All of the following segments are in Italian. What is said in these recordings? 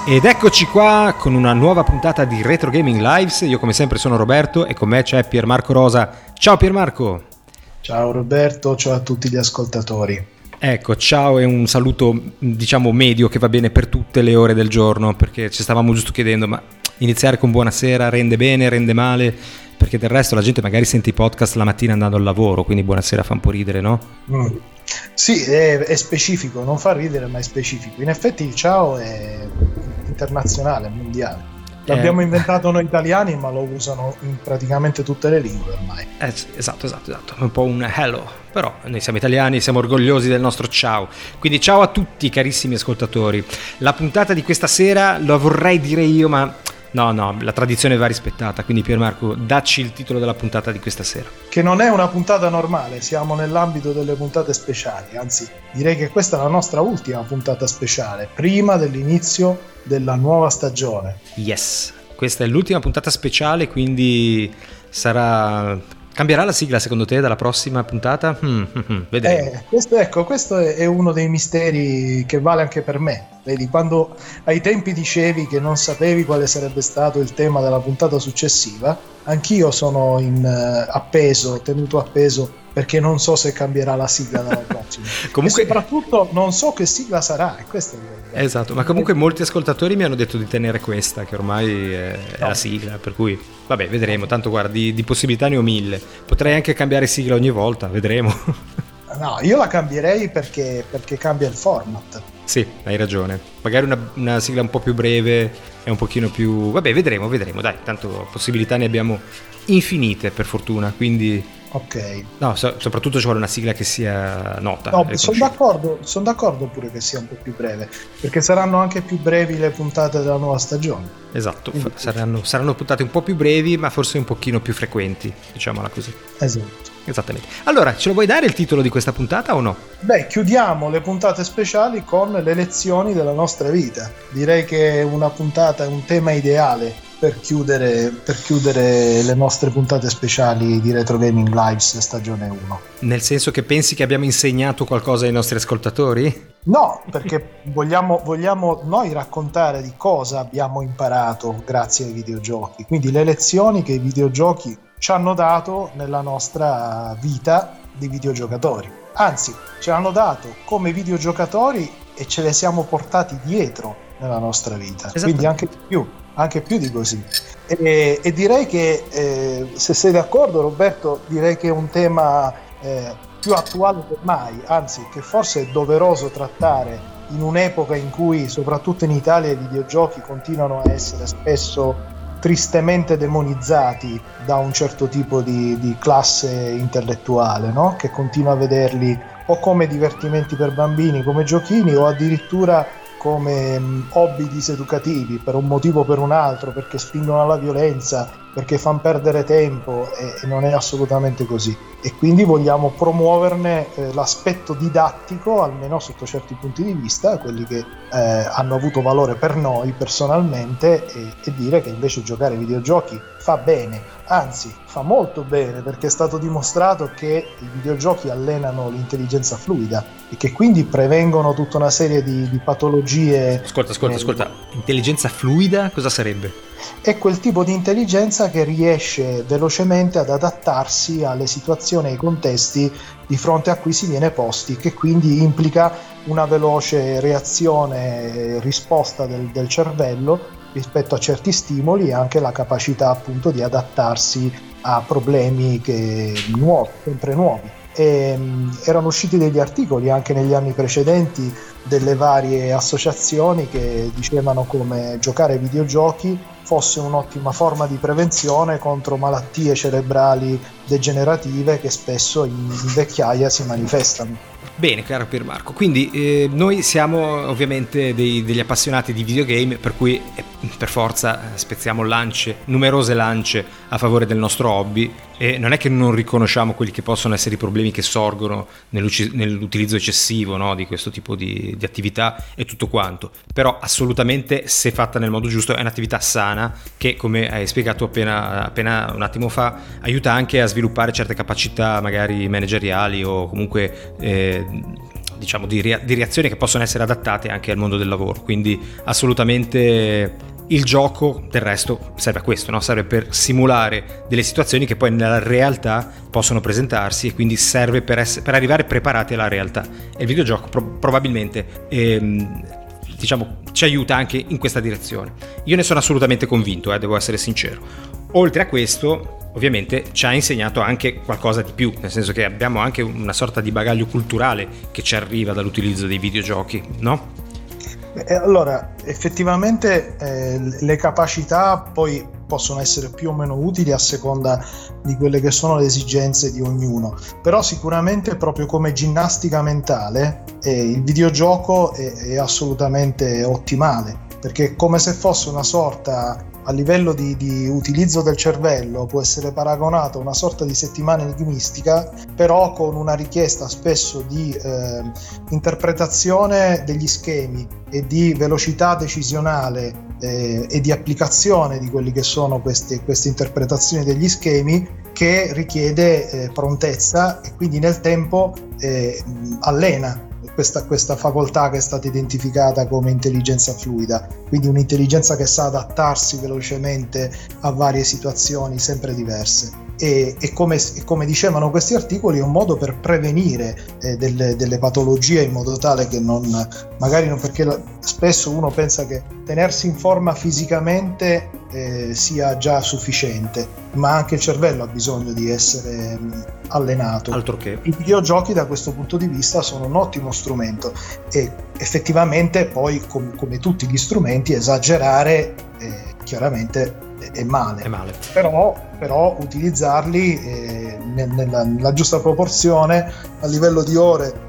Ed eccoci qua con una nuova puntata di Retro Gaming Lives. Io come sempre sono Roberto e con me c'è Piermarco Rosa. Ciao Piermarco. Ciao Roberto, ciao a tutti gli ascoltatori. Ecco, ciao e un saluto diciamo medio che va bene per tutte le ore del giorno, perché ci stavamo giusto chiedendo ma iniziare con buonasera rende bene, rende male? Perché del resto la gente magari sente i podcast la mattina andando al lavoro, quindi buonasera fa un po' ridere, no? Sì, è specifico, non fa ridere ma è specifico. In effetti il ciao è internazionale, mondiale. L'abbiamo inventato noi italiani, ma lo usano in praticamente tutte le lingue ormai. Esatto, è un po' un hello, però noi siamo italiani, siamo orgogliosi del nostro ciao. Quindi ciao a tutti carissimi ascoltatori. La puntata di questa sera lo vorrei dire io, ma no, la tradizione va rispettata, quindi Piermarco, dacci il titolo della puntata di questa sera. Che non è una puntata normale, siamo nell'ambito delle puntate speciali, anzi direi che questa è la nostra ultima puntata speciale, prima dell'inizio della nuova stagione. Yes, questa è l'ultima puntata speciale, quindi cambierà la sigla secondo te dalla prossima puntata? Vedremo. Questo è uno dei misteri che vale anche per me. Vedi, quando ai tempi dicevi che non sapevi quale sarebbe stato il tema della puntata successiva, anch'io sono tenuto appeso, perché non so se cambierà la sigla della prossima. Comunque, e soprattutto non so che sigla sarà, e questo è esatto, ma comunque molti ascoltatori mi hanno detto di tenere questa, che ormai è la sigla, per cui vabbè, vedremo, tanto guarda, di possibilità ne ho 1000. Potrei anche cambiare sigla ogni volta, vedremo. No, io la cambierei perché cambia il format. Sì, hai ragione. Magari una sigla un po' più breve e un pochino più... Vabbè, vedremo, dai, tanto possibilità ne abbiamo infinite per fortuna, quindi... Ok. No, soprattutto ci vuole una sigla che sia nota. No, sono d'accordo pure che sia un po' più breve, perché saranno anche più brevi le puntate della nuova stagione. Esatto, saranno puntate un po' più brevi, ma forse un pochino più frequenti, diciamola così. Esatto. Esattamente. Allora, ce lo vuoi dare il titolo di questa puntata o no? Beh, chiudiamo le puntate speciali con le lezioni della nostra vita. Direi che una puntata è un tema ideale per chiudere le nostre puntate speciali di Retro Gaming Lives stagione 1. Nel senso che pensi che abbiamo insegnato qualcosa ai nostri ascoltatori? No, perché vogliamo noi raccontare di cosa abbiamo imparato grazie ai videogiochi. Quindi le lezioni che i videogiochi ci hanno dato nella nostra vita di videogiocatori. Anzi, ce l'hanno dato come videogiocatori e ce le siamo portati dietro nella nostra vita. Quindi anche più di così. E direi che, se sei d'accordo Roberto, direi che è un tema più attuale che mai, anzi che forse è doveroso trattare in un'epoca in cui soprattutto in Italia i videogiochi continuano a essere spesso tristemente demonizzati da un certo tipo di classe intellettuale, no? Che continua a vederli o come divertimenti per bambini, come giochini, o addirittura come hobby diseducativi per un motivo o per un altro, perché spingono alla violenza, perché fanno perdere tempo, e non è assolutamente così. E quindi vogliamo promuoverne l'aspetto didattico, almeno sotto certi punti di vista, quelli che hanno avuto valore per noi personalmente, e dire che invece giocare ai videogiochi fa bene, anzi fa molto bene, perché è stato dimostrato che i videogiochi allenano l'intelligenza fluida e che quindi prevengono tutta una serie di patologie. Ascolta, intelligenza fluida cosa sarebbe? È quel tipo di intelligenza che riesce velocemente ad adattarsi alle situazioni e ai contesti di fronte a cui si viene posti, che quindi implica una veloce reazione e risposta del cervello rispetto a certi stimoli, e anche la capacità appunto di adattarsi a problemi sempre nuovi. Erano usciti degli articoli anche negli anni precedenti delle varie associazioni che dicevano come giocare ai videogiochi fosse un'ottima forma di prevenzione contro malattie cerebrali degenerative che spesso in vecchiaia si manifestano. Bene, caro Piermarco, quindi noi siamo ovviamente degli appassionati di videogame, per cui per forza spezziamo numerose lance a favore del nostro hobby, e non è che non riconosciamo quelli che possono essere i problemi che sorgono nell'utilizzo eccessivo, no, di questo tipo di attività e tutto quanto, però assolutamente, se fatta nel modo giusto, è un'attività sana che, come hai spiegato appena un attimo fa, aiuta anche a sviluppare certe capacità magari manageriali o comunque diciamo di reazioni che possono essere adattate anche al mondo del lavoro. Quindi assolutamente il gioco del resto serve a questo, no? Serve per simulare delle situazioni che poi nella realtà possono presentarsi, e quindi serve per arrivare preparati alla realtà, e il videogioco probabilmente diciamo ci aiuta anche in questa direzione. Io ne sono assolutamente convinto, devo essere sincero. Oltre a questo, ovviamente ci ha insegnato anche qualcosa di più, nel senso che abbiamo anche una sorta di bagaglio culturale che ci arriva dall'utilizzo dei videogiochi, no? Allora, effettivamente le capacità poi possono essere più o meno utili a seconda di quelle che sono le esigenze di ognuno, però sicuramente proprio come ginnastica mentale il videogioco è assolutamente ottimale, perché è come se fosse una sorta, a livello di utilizzo del cervello, può essere paragonato a una sorta di settimana enigmistica, però con una richiesta spesso di interpretazione degli schemi e di velocità decisionale e di applicazione di quelli che sono queste interpretazioni degli schemi, che richiede prontezza e quindi nel tempo allena questa facoltà che è stata identificata come intelligenza fluida, quindi un'intelligenza che sa adattarsi velocemente a varie situazioni sempre diverse. E come dicevano questi articoli, è un modo per prevenire delle patologie, in modo tale che magari non, perché spesso uno pensa che tenersi in forma fisicamente sia già sufficiente, ma anche il cervello ha bisogno di essere allenato. Altro che. I videogiochi da questo punto di vista sono un ottimo strumento, e effettivamente poi come tutti gli strumenti esagerare chiaramente è male. Però utilizzarli nella giusta proporzione a livello di ore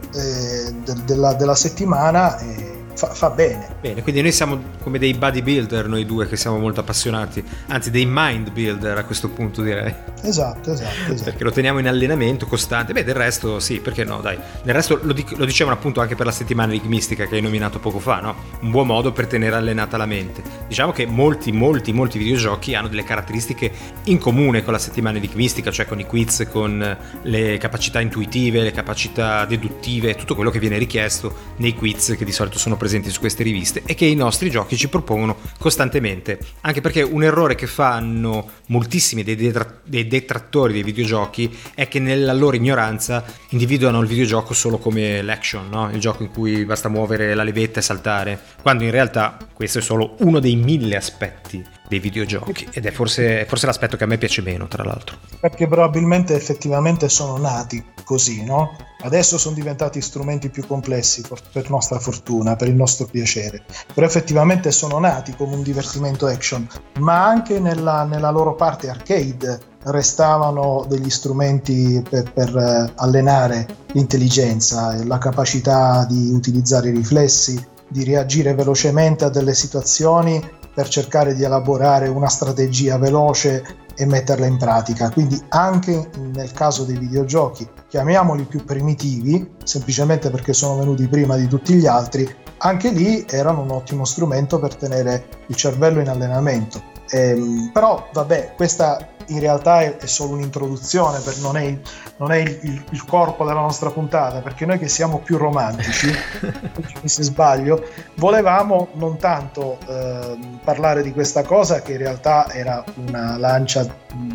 della settimana fa bene. Bene, quindi noi siamo come dei bodybuilder, noi due che siamo molto appassionati, anzi dei mind builder a questo punto, direi. Esatto. Perché lo teniamo in allenamento costante. Del resto sì, perché no, dai. Del resto lo dicevano appunto anche per la settimana enigmistica che hai nominato poco fa, no? Un buon modo per tenere allenata la mente. Diciamo che molti videogiochi hanno delle caratteristiche in comune con la settimana enigmistica, cioè con i quiz, con le capacità intuitive, le capacità deduttive, tutto quello che viene richiesto nei quiz che di solito sono presenti su queste riviste e che i nostri giochi ci propongono costantemente. Anche perché un errore che fanno moltissimi dei detrattori dei videogiochi è che nella loro ignoranza individuano il videogioco solo come l'action, no? Il gioco in cui basta muovere la levetta e saltare, quando in realtà questo è solo uno dei 1000 aspetti dei videogiochi, ed è forse l'aspetto che a me piace meno, tra l'altro, perché probabilmente effettivamente sono nati così, no? Adesso sono diventati strumenti più complessi, per nostra fortuna, per il nostro piacere, però effettivamente sono nati come un divertimento action, ma anche nella loro parte arcade restavano degli strumenti per allenare l'intelligenza e la capacità di utilizzare i riflessi, di reagire velocemente a delle situazioni per cercare di elaborare una strategia veloce e metterla in pratica. Quindi anche nel caso dei videogiochi, chiamiamoli più primitivi, semplicemente perché sono venuti prima di tutti gli altri, anche lì erano un ottimo strumento per tenere il cervello in allenamento. Però vabbè, questa in realtà è solo un'introduzione, non è il corpo della nostra puntata, perché noi che siamo più romantici, se sbaglio, volevamo non tanto parlare di questa cosa, che in realtà era una lancia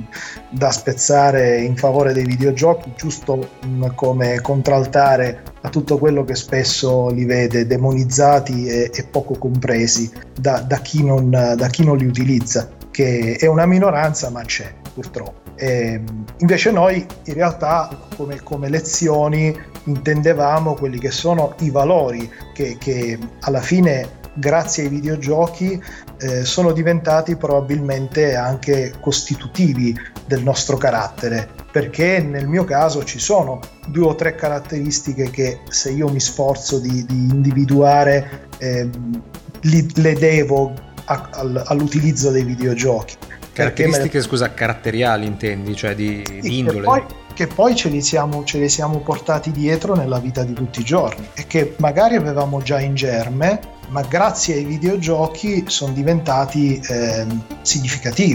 da spezzare in favore dei videogiochi, giusto come contraltare a tutto quello che spesso li vede demonizzati e poco compresi da chi non li utilizza, che è una minoranza, ma c'è, purtroppo. Invece noi in realtà come lezioni intendevamo quelli che sono i valori che alla fine, grazie ai videogiochi, sono diventati probabilmente anche costitutivi del nostro carattere, perché nel mio caso ci sono 2 o 3 caratteristiche che, se io mi sforzo di individuare, le devo all'utilizzo dei videogiochi. Caratteristiche, scusa, caratteriali intendi, cioè di indole? Che poi ce li siamo portati dietro nella vita di tutti i giorni e che magari avevamo già in germe, ma grazie ai videogiochi sono diventati significativi.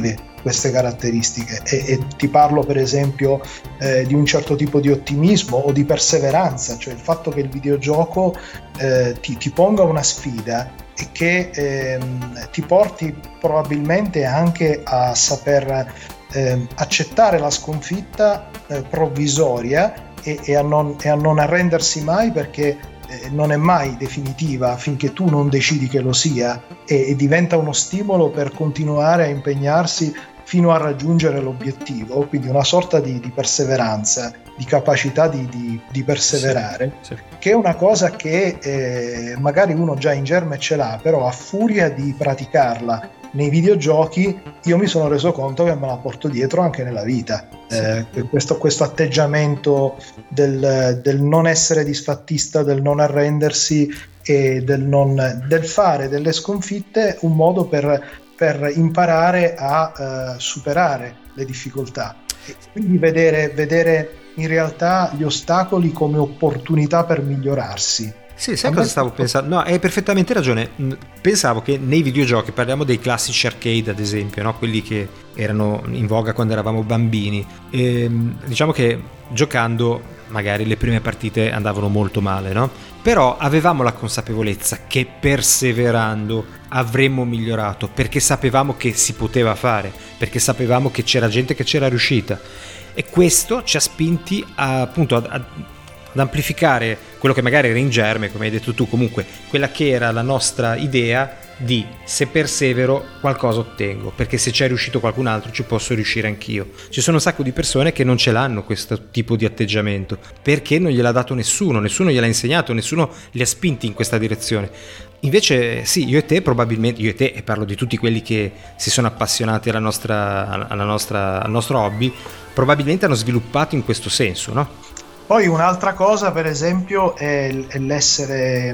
queste caratteristiche e ti parlo per esempio di un certo tipo di ottimismo o di perseveranza, cioè il fatto che il videogioco ti ponga una sfida e che ti porti probabilmente anche a saper accettare la sconfitta provvisoria e a non arrendersi mai, perché non è mai definitiva finché tu non decidi che lo sia, e diventa uno stimolo per continuare a impegnarsi fino a raggiungere l'obiettivo, quindi una sorta di perseveranza, di capacità di perseverare, sì. Che è una cosa che magari uno già in germe ce l'ha, però a furia di praticarla nei videogiochi io mi sono reso conto che me la porto dietro anche nella vita. Questo atteggiamento del non essere disfattista, del non arrendersi e del fare delle sconfitte un modo per imparare a superare le difficoltà, e quindi vedere in realtà gli ostacoli come opportunità per migliorarsi. Sì, sai cosa stavo pensando? No, hai perfettamente ragione. Pensavo che nei videogiochi, parliamo dei classici arcade ad esempio, no? Quelli che erano in voga quando eravamo bambini, diciamo che giocando magari le prime partite andavano molto male, no? Però avevamo la consapevolezza che perseverando avremmo migliorato, perché sapevamo che si poteva fare, perché sapevamo che c'era gente che c'era riuscita, e questo ci ha spinti appunto ad amplificare quello che magari era in germe, come hai detto tu, comunque quella che era la nostra idea di: se persevero qualcosa ottengo, perché se c'è riuscito qualcun altro ci posso riuscire anch'io. Ci sono un sacco di persone che non ce l'hanno questo tipo di atteggiamento, perché non gliel'ha dato nessuno gliel'ha insegnato, nessuno li ha spinti in questa direzione. Invece sì, io e te probabilmente, io e te, e parlo di tutti quelli che si sono appassionati al nostro hobby, probabilmente hanno sviluppato in questo senso, no? Poi un'altra cosa, per esempio, è l'essere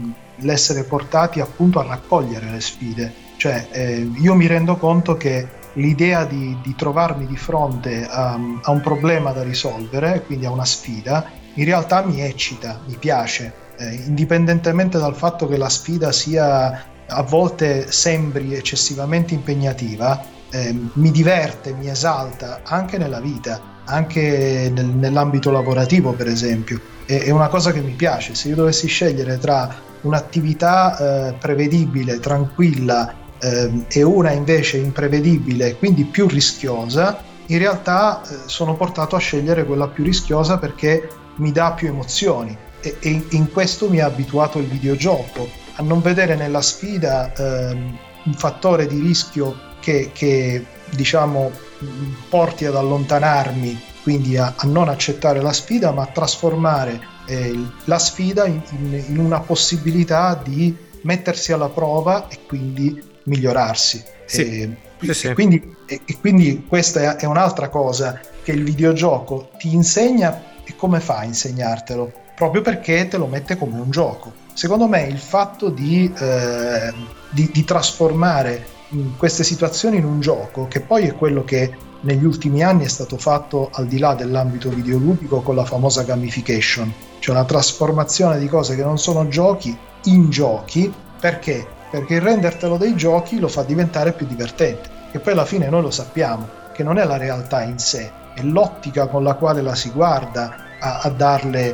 portati appunto a raccogliere le sfide. Cioè io mi rendo conto che l'idea di trovarmi di fronte a un problema da risolvere, quindi a una sfida, in realtà mi eccita, mi piace, indipendentemente dal fatto che la sfida sia, a volte sembri eccessivamente impegnativa, mi diverte, mi esalta anche nella vita, anche nell'ambito lavorativo per esempio. È una cosa che mi piace. Se io dovessi scegliere tra un'attività prevedibile, tranquilla, e una invece imprevedibile, quindi più rischiosa, in realtà sono portato a scegliere quella più rischiosa perché mi dà più emozioni, e in questo mi ha abituato il videogioco, a non vedere nella sfida un fattore di rischio che diciamo porti ad allontanarmi, quindi a non accettare la sfida, ma a trasformare la sfida in una possibilità di mettersi alla prova e quindi migliorarsi. Sì. Sì. E quindi questa è un'altra cosa che il videogioco ti insegna. E come fa a insegnartelo? Proprio perché te lo mette come un gioco. Secondo me il fatto di trasformare queste situazioni in un gioco, che poi è quello che negli ultimi anni è stato fatto al di là dell'ambito videoludico con la famosa gamification, cioè la trasformazione di cose che non sono giochi in giochi. Perché? Perché il rendertelo dei giochi lo fa diventare più divertente, e poi alla fine noi lo sappiamo che non è la realtà in sé, è l'ottica con la quale la si guarda a darle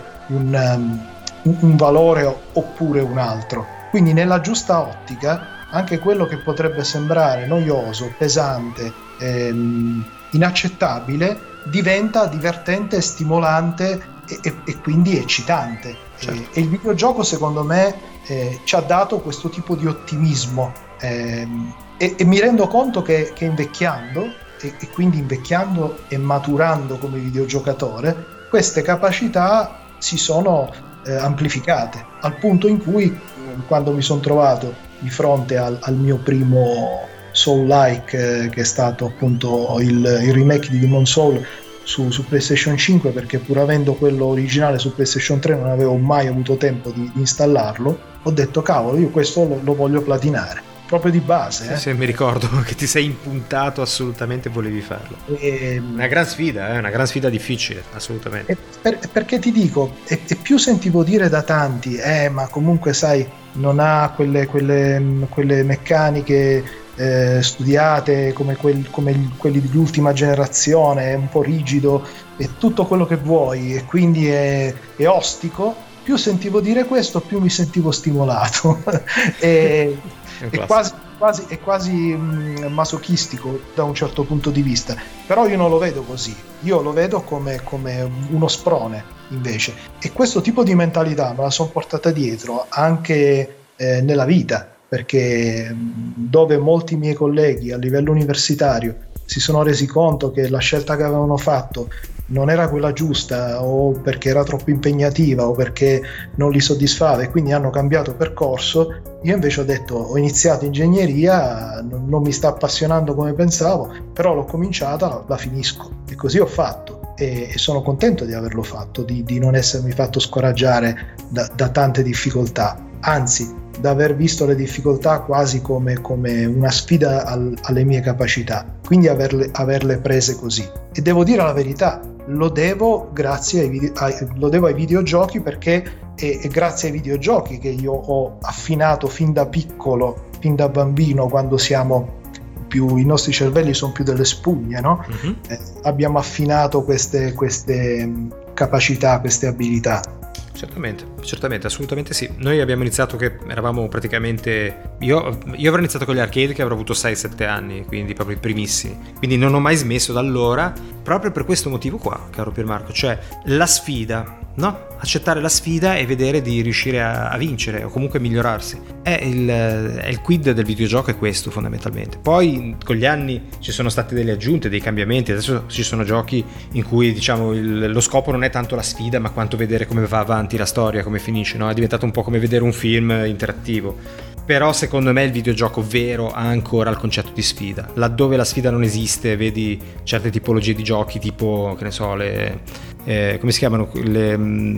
un valore oppure un altro. Quindi nella giusta ottica anche quello che potrebbe sembrare noioso, pesante, inaccettabile, diventa divertente, stimolante e quindi eccitante. Certo. E il videogioco secondo me ci ha dato questo tipo di ottimismo, e mi rendo conto che invecchiando, e quindi invecchiando e maturando come videogiocatore, queste capacità si sono amplificate, al punto in cui quando mi sono trovato di fronte al mio primo Soul-like, che è stato appunto il remake di Demon's Soul su PlayStation 5, perché pur avendo quello originale su PlayStation 3 non avevo mai avuto tempo di installarlo, ho detto cavolo, io questo lo voglio platinare, proprio di base. Sì, mi ricordo che ti sei impuntato, assolutamente volevi farlo. Una gran sfida difficile, assolutamente. Perché ti dico, e più sentivo dire da tanti, ma comunque sai, non ha quelle meccaniche studiate, come quelli dell'ultima generazione, è un po' rigido, è tutto quello che vuoi e quindi è ostico, più sentivo dire questo, più mi sentivo stimolato. È quasi masochistico da un certo punto di vista, però io non lo vedo così, io lo vedo come uno sprone invece, e questo tipo di mentalità me la sono portata dietro anche nella vita, perché dove molti miei colleghi a livello universitario si sono resi conto che la scelta che avevano fatto non era quella giusta, o perché era troppo impegnativa o perché non li soddisfava e quindi hanno cambiato percorso, io invece ho detto: ho iniziato ingegneria, non mi sta appassionando come pensavo, però l'ho cominciata, la finisco, e così ho fatto, e sono contento di averlo fatto, di non essermi fatto scoraggiare da tante difficoltà, anzi da aver visto le difficoltà quasi come una sfida alle mie capacità, quindi averle prese così. E devo dire la verità, lo devo ai videogiochi, perché è grazie ai videogiochi che io ho affinato fin da piccolo, fin da bambino, quando i nostri cervelli sono più delle spugne, no? Mm-hmm. Abbiamo affinato queste capacità, queste abilità. Certamente, assolutamente sì. Noi abbiamo iniziato che eravamo praticamente... Io avrò iniziato con gli arcade che avrò avuto 6-7 anni, quindi proprio i primissimi. Quindi non ho mai smesso da allora, proprio per questo motivo qua, caro Piermarco, cioè la sfida, no? Accettare la sfida e vedere di riuscire a vincere o comunque migliorarsi. È il quid del videogioco, è questo fondamentalmente. Poi con gli anni ci sono state delle aggiunte, dei cambiamenti. Adesso ci sono giochi in cui, diciamo, lo scopo non è tanto la sfida, ma quanto vedere come va avanti la storia, come finisce, no? È diventato un po' come vedere un film interattivo. Però secondo me il videogioco vero ha ancora il concetto di sfida. Laddove la sfida non esiste, vedi certe tipologie di giochi, tipo, che ne so, come si chiamano le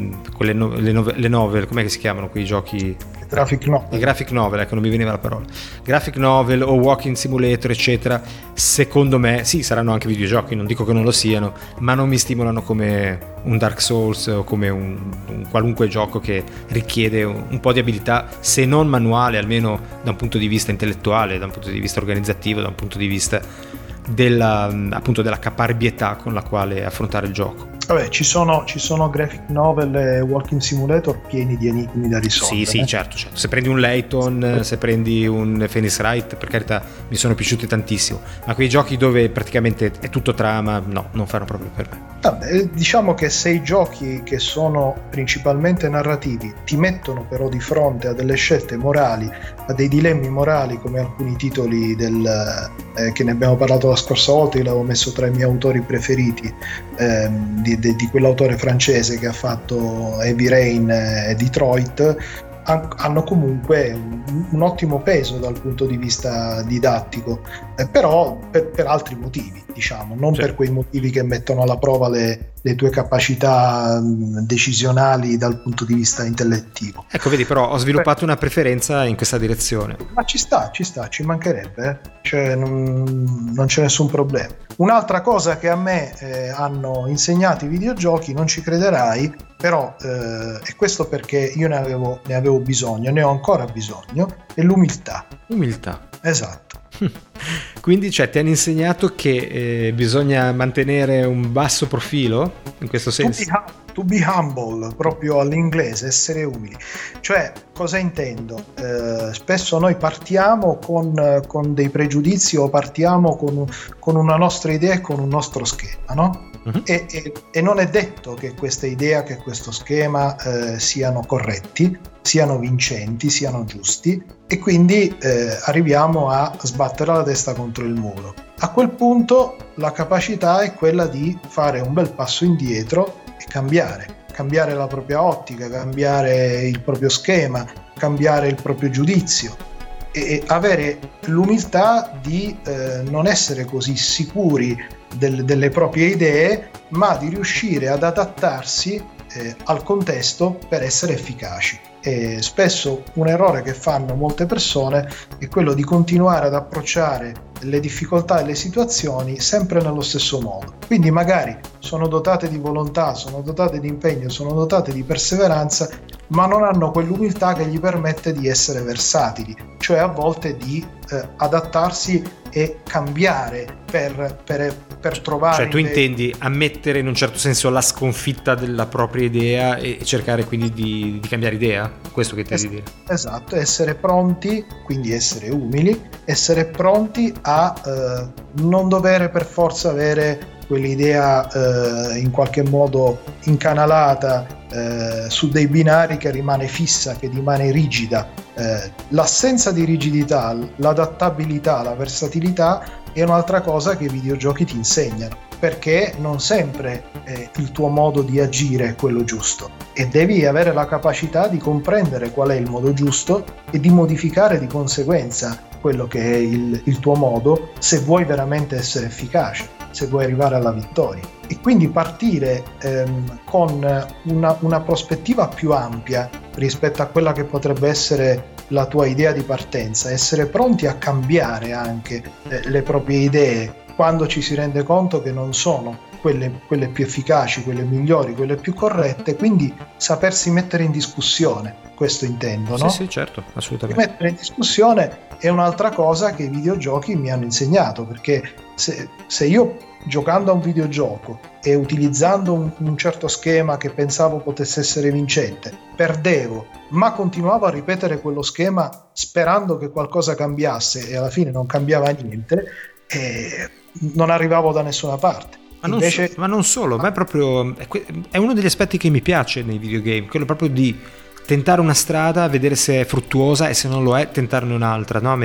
novel, com'è che si chiamano quei giochi? Graphic novel. I graphic novel, ecco, non mi veniva la parola. Graphic novel o walking simulator, eccetera, secondo me sì, saranno anche videogiochi, non dico che non lo siano, ma non mi stimolano come un Dark Souls o come un qualunque gioco che richiede un po' di abilità, se non manuale, almeno da un punto di vista intellettuale, da un punto di vista organizzativo, da un punto di vista della caparbietà con la quale affrontare il gioco. Vabbè, ci sono graphic novel e walking simulator pieni di enigmi da risolvere. Sì, certo. Se prendi un Layton, se prendi un Phoenix Wright, per carità, mi sono piaciuti tantissimo, ma quei giochi dove praticamente è tutto trama, no, non fanno proprio per me. Vabbè, diciamo che se i giochi che sono principalmente narrativi ti mettono però di fronte a delle scelte morali, a dei dilemmi morali, come alcuni titoli che ne abbiamo parlato la scorsa volta, io l'avevo messo tra i miei autori preferiti, di quell'autore francese che ha fatto Heavy Rain e Detroit, hanno comunque un ottimo peso dal punto di vista didattico, però per altri motivi, diciamo, non per quei motivi che mettono alla prova le tue capacità decisionali dal punto di vista intellettivo. Ecco, vedi, però ho sviluppato una preferenza in questa direzione. Ma ci sta, ci mancherebbe, cioè non c'è nessun problema. Un'altra cosa che a me hanno insegnato i videogiochi, non ci crederai, però e questo perché io ne avevo bisogno, ne ho ancora bisogno, è l'umiltà. Umiltà. Esatto. Quindi, cioè, ti hanno insegnato che bisogna mantenere un basso profilo, in questo senso? To be humble, proprio all'inglese, essere umili. Cioè, cosa intendo? Spesso noi partiamo con dei pregiudizi, o partiamo con una nostra idea e con un nostro schema, no? Uh-huh. E non è detto che questa idea, che questo schema siano corretti, siano vincenti, siano giusti, e quindi arriviamo a sbattere la testa contro il muro. A quel punto la capacità è quella di fare un bel passo indietro e cambiare la propria ottica, cambiare il proprio schema, cambiare il proprio giudizio, e avere l'umiltà di non essere così sicuri delle proprie idee, ma di riuscire ad adattarsi al contesto per essere efficaci. E spesso un errore che fanno molte persone è quello di continuare ad approcciare le difficoltà e le situazioni sempre nello stesso modo. Quindi magari sono dotate di volontà, sono dotate di impegno, sono dotate di perseveranza, ma non hanno quell'umiltà che gli permette di essere versatili, cioè a volte di adattarsi e cambiare per trovare... Cioè tu intendi ammettere in un certo senso la sconfitta della propria idea e cercare quindi di cambiare idea? Questo che intendi dire? Esatto, essere pronti, quindi essere umili, essere pronti a non dover per forza avere quell'idea in qualche modo incanalata su dei binari che rimane fissa, che rimane rigida. L'assenza di rigidità, l'adattabilità, la versatilità è un'altra cosa che i videogiochi ti insegnano, perché non sempre il tuo modo di agire è quello giusto e devi avere la capacità di comprendere qual è il modo giusto e di modificare di conseguenza quello che è il tuo modo, se vuoi veramente essere efficace, se vuoi arrivare alla vittoria. E quindi partire con una prospettiva più ampia rispetto a quella che potrebbe essere la tua idea di partenza, essere pronti a cambiare anche le proprie idee quando ci si rende conto che non sono quelle più efficaci, quelle migliori, quelle più corrette, quindi sapersi mettere in discussione, questo intendo, no? Sì, certo, assolutamente. Mettere in discussione è un'altra cosa che i videogiochi mi hanno insegnato, perché se io giocando a un videogioco e utilizzando un certo schema che pensavo potesse essere vincente, perdevo, ma continuavo a ripetere quello schema sperando che qualcosa cambiasse e alla fine non cambiava niente, e non arrivavo da nessuna parte. Ma non solo, ma è uno degli aspetti che mi piace nei videogame, quello proprio di tentare una strada, vedere se è fruttuosa e se non lo è tentarne un'altra, no?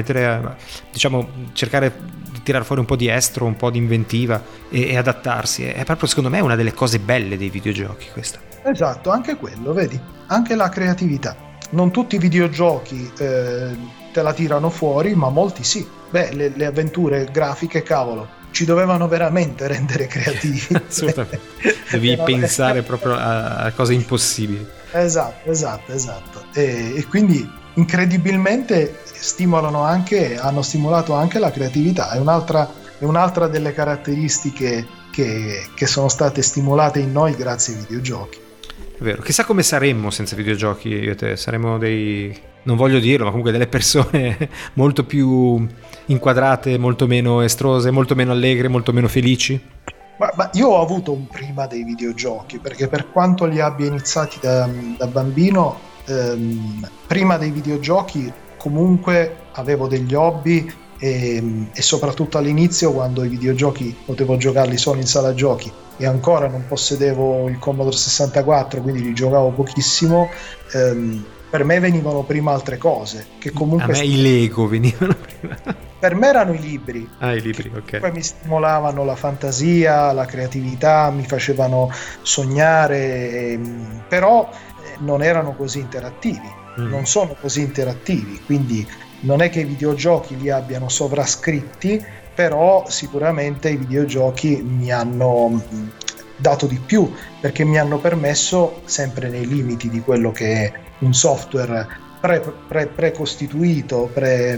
Cercare di tirare fuori un po' di estro, un po' di inventiva e adattarsi. È proprio, secondo me, una delle cose belle dei videogiochi questa. Esatto, anche quello, vedi? Anche la creatività. Non tutti i videogiochi te la tirano fuori, ma molti sì. Le avventure grafiche, cavolo, ci dovevano veramente rendere creativi. Assolutamente. Devi pensare proprio a cose impossibili. Esatto. E quindi incredibilmente hanno stimolato anche la creatività. È un'altra delle caratteristiche che sono state stimolate in noi grazie ai videogiochi. È vero, chissà come saremmo senza videogiochi io e te, saremmo non voglio dirlo, ma comunque delle persone molto più inquadrate, molto meno estrose, molto meno allegre, molto meno felici. Ma io ho avuto un prima dei videogiochi, perché per quanto li abbia iniziati da bambino, prima dei videogiochi comunque avevo degli hobby e soprattutto all'inizio, quando i videogiochi potevo giocarli solo in sala giochi e ancora non possedevo il Commodore 64, quindi li giocavo pochissimo, per me venivano prima altre cose che comunque a me i Lego venivano prima. Per me erano i libri. I libri, ok. Poi mi stimolavano la fantasia, la creatività, mi facevano sognare, però non erano così interattivi, non sono così interattivi, quindi non è che i videogiochi li abbiano sovrascritti, però sicuramente i videogiochi mi hanno dato di più, perché mi hanno permesso, sempre nei limiti di quello che è un software precostituito,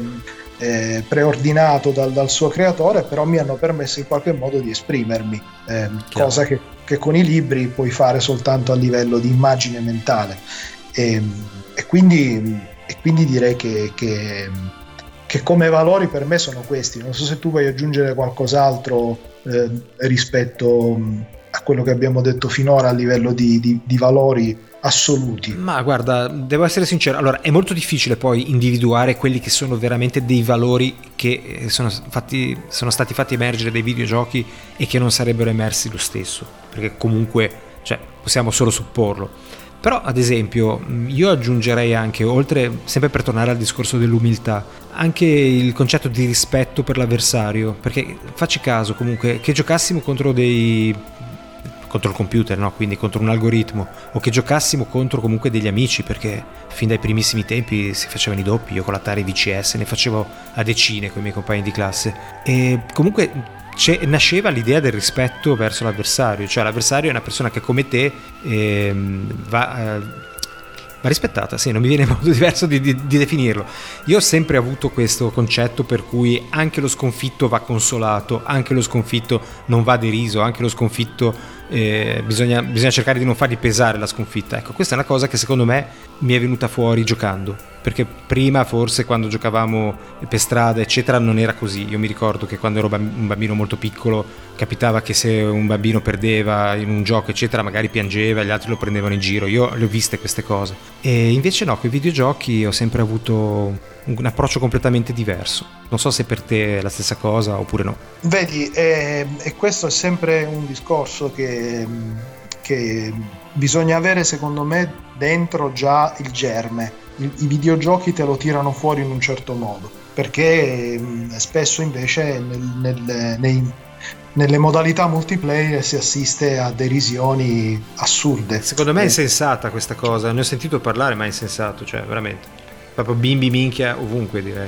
preordinato dal suo creatore, però mi hanno permesso in qualche modo di esprimermi, cosa che con i libri puoi fare soltanto a livello di immagine mentale, e quindi direi che come valori per me sono questi. Non so se tu vuoi aggiungere qualcos'altro rispetto a quello che abbiamo detto finora a livello di valori assoluti. Ma guarda, devo essere sincero, allora è molto difficile poi individuare quelli che sono veramente dei valori che sono stati fatti emergere dai videogiochi e che non sarebbero emersi lo stesso, perché comunque possiamo solo supporlo. Però ad esempio io aggiungerei anche, oltre, sempre per tornare al discorso dell'umiltà, anche il concetto di rispetto per l'avversario, perché facci caso comunque che giocassimo contro il computer, no? Quindi contro un algoritmo, o che giocassimo contro comunque degli amici, perché fin dai primissimi tempi si facevano i doppi. Io con l'Atari VCS ne facevo a decine con i miei compagni di classe, e comunque nasceva l'idea del rispetto verso l'avversario, cioè l'avversario è una persona che come te va rispettata, sì, non mi viene modo diverso di definirlo. Io ho sempre avuto questo concetto per cui anche lo sconfitto va consolato, anche lo sconfitto non va deriso, anche lo sconfitto bisogna cercare di non fargli pesare la sconfitta. Ecco, questa è una cosa che secondo me mi è venuta fuori giocando, perché prima forse quando giocavamo per strada eccetera non era così. Io mi ricordo che quando ero un bambino molto piccolo capitava che se un bambino perdeva in un gioco eccetera magari piangeva e gli altri lo prendevano in giro. Io le ho viste queste cose, e invece no, con i videogiochi ho sempre avuto un approccio completamente diverso. Non so se per te è la stessa cosa oppure no. Vedi, e questo è sempre un discorso che bisogna avere, secondo me, dentro già il germe. I videogiochi te lo tirano fuori in un certo modo, perché spesso invece nelle modalità multiplayer si assiste a derisioni assurde. Secondo me è insensata questa cosa, ne ho sentito parlare, ma è insensato, cioè veramente proprio bimbi minchia ovunque, direi.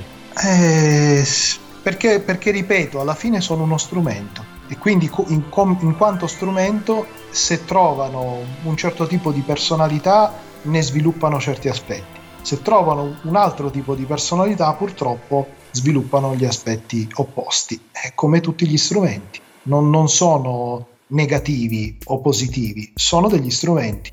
Perché ripeto, alla fine sono uno strumento, e quindi in quanto strumento, se trovano un certo tipo di personalità ne sviluppano certi aspetti, se trovano un altro tipo di personalità purtroppo sviluppano gli aspetti opposti. È come tutti gli strumenti, non sono negativi o positivi, sono degli strumenti,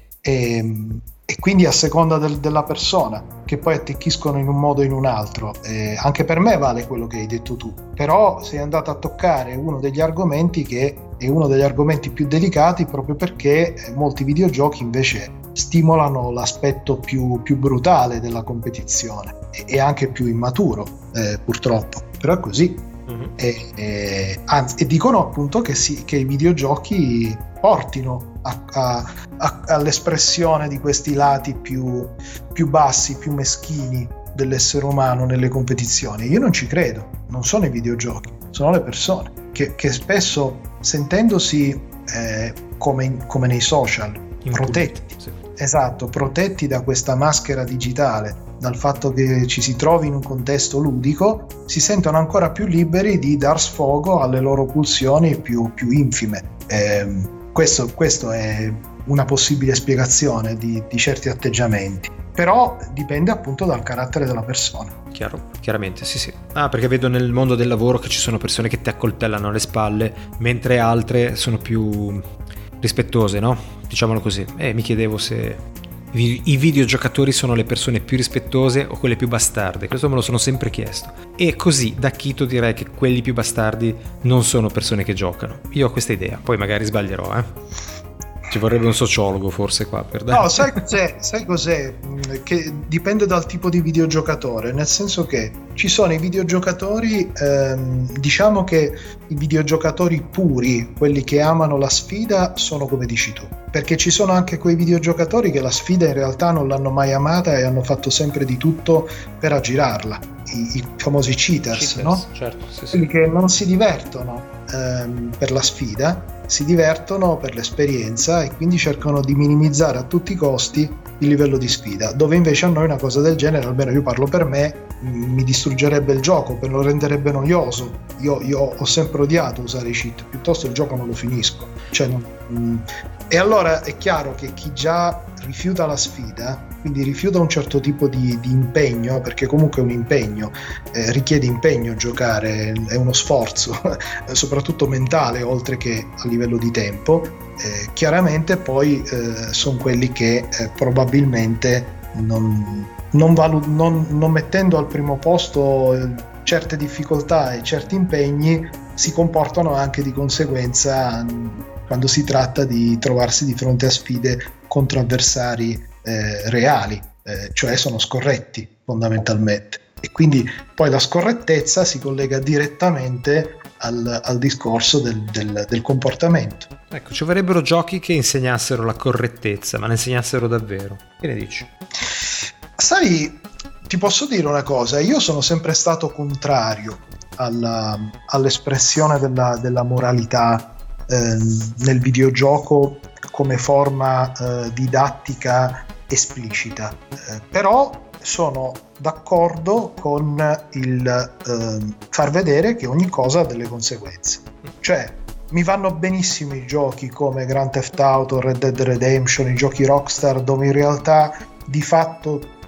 e quindi a seconda della persona che poi attecchiscono in un modo o in un altro. Anche per me vale quello che hai detto tu, però sei andato a toccare uno degli argomenti che è uno degli argomenti più delicati, proprio perché molti videogiochi invece stimolano l'aspetto più brutale della competizione e anche più immaturo, purtroppo, però è così. Anzi, e dicono appunto che i videogiochi portino all'espressione di questi lati più bassi, più meschini dell'essere umano nelle competizioni. Io non ci credo, non sono i videogiochi, sono le persone che spesso, sentendosi come nei social, protetti, sì. Esatto, protetti da questa maschera digitale, dal fatto che ci si trovi in un contesto ludico, si sentono ancora più liberi di dar sfogo alle loro pulsioni più infime. Questo è una possibile spiegazione di certi atteggiamenti, però dipende appunto dal carattere della persona. Chiaramente, sì. Perché vedo nel mondo del lavoro che ci sono persone che ti accoltellano alle spalle, mentre altre sono più rispettose, no? Diciamolo così. Mi chiedevo se i videogiocatori sono le persone più rispettose o quelle più bastarde. Questo me lo sono sempre chiesto, e così da chito direi che quelli più bastardi non sono persone che giocano. Io ho questa idea, poi magari sbaglierò, Ci vorrebbe un sociologo forse qua per dare. No, sai cos'è? Che dipende dal tipo di videogiocatore, nel senso che ci sono i videogiocatori, diciamo che i videogiocatori puri, quelli che amano la sfida, sono come dici tu, perché ci sono anche quei videogiocatori che la sfida in realtà non l'hanno mai amata e hanno fatto sempre di tutto per aggirarla, i famosi cheaters, no? Certo, sì. Quelli che non si divertono per la sfida, si divertono per l'esperienza e quindi cercano di minimizzare a tutti i costi il livello di sfida, dove invece a noi una cosa del genere, almeno io parlo per me, mi distruggerebbe il gioco, lo renderebbe noioso. Io ho sempre odiato usare i cheat, piuttosto il gioco non lo finisco, e allora è chiaro che chi già rifiuta la sfida, quindi rifiuta un certo tipo di impegno, perché comunque è un impegno, richiede impegno giocare, è uno sforzo soprattutto mentale oltre che a livello di tempo, chiaramente poi sono quelli che probabilmente non mettendo al primo posto certe difficoltà e certi impegni si comportano anche di conseguenza quando si tratta di trovarsi di fronte a sfide contro avversari reali, cioè sono scorretti fondamentalmente, e quindi poi la scorrettezza si collega direttamente al discorso del comportamento. Ecco, ci vorrebbero giochi che insegnassero la correttezza, ma ne insegnassero davvero. Che ne dici? Sai, ti posso dire una cosa, io sono sempre stato contrario all'espressione della moralità nel videogioco come forma didattica esplicita, però sono d'accordo con il far vedere che ogni cosa ha delle conseguenze. Cioè, mi vanno benissimo i giochi come Grand Theft Auto, Red Dead Redemption, i giochi Rockstar, dove in realtà di fatto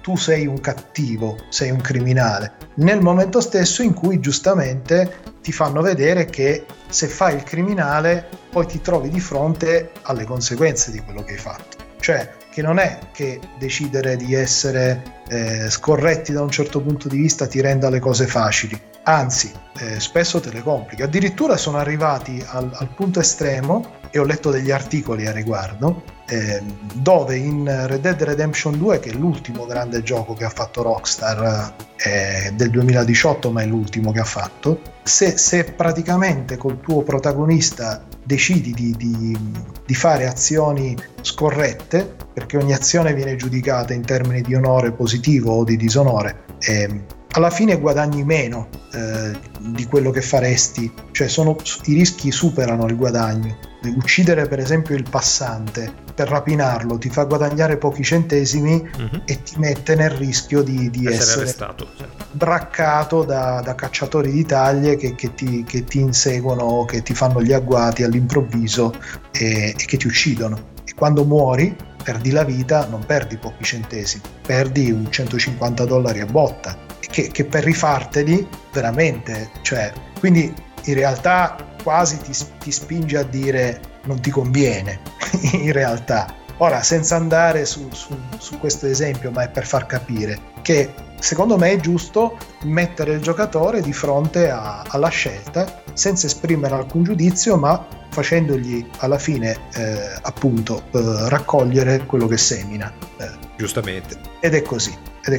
tu sei un cattivo, sei un criminale, nel momento stesso in cui giustamente ti fanno vedere che se fai il criminale poi ti trovi di fronte alle conseguenze di quello che hai fatto. Cioè che non è che decidere di essere scorretti da un certo punto di vista ti renda le cose facili, anzi spesso te le complica. Addirittura sono arrivati al punto estremo, e ho letto degli articoli a riguardo, dove in Red Dead Redemption 2, che è l'ultimo grande gioco che ha fatto Rockstar, del 2018, ma è l'ultimo che ha fatto, se praticamente col tuo protagonista decidi di fare azioni scorrette, perché ogni azione viene giudicata in termini di onore positivo o di disonore, alla fine guadagni meno di quello che faresti, cioè i rischi superano il guadagno. Uccidere per esempio il passante per rapinarlo ti fa guadagnare pochi centesimi e ti mette nel rischio di essere arrestato, braccato da cacciatori di taglie che ti inseguono, che ti fanno gli agguati all'improvviso e che ti uccidono. E quando muori perdi la vita, non perdi pochi centesimi, perdi un $150 a botta, che per rifarteli veramente, cioè, quindi in realtà quasi ti spinge a dire non ti conviene in realtà. Ora, senza andare su questo esempio, ma è per far capire che secondo me è giusto mettere il giocatore di fronte alla scelta senza esprimere alcun giudizio, ma facendogli alla fine appunto raccogliere quello che semina. Giustamente. Ed è così.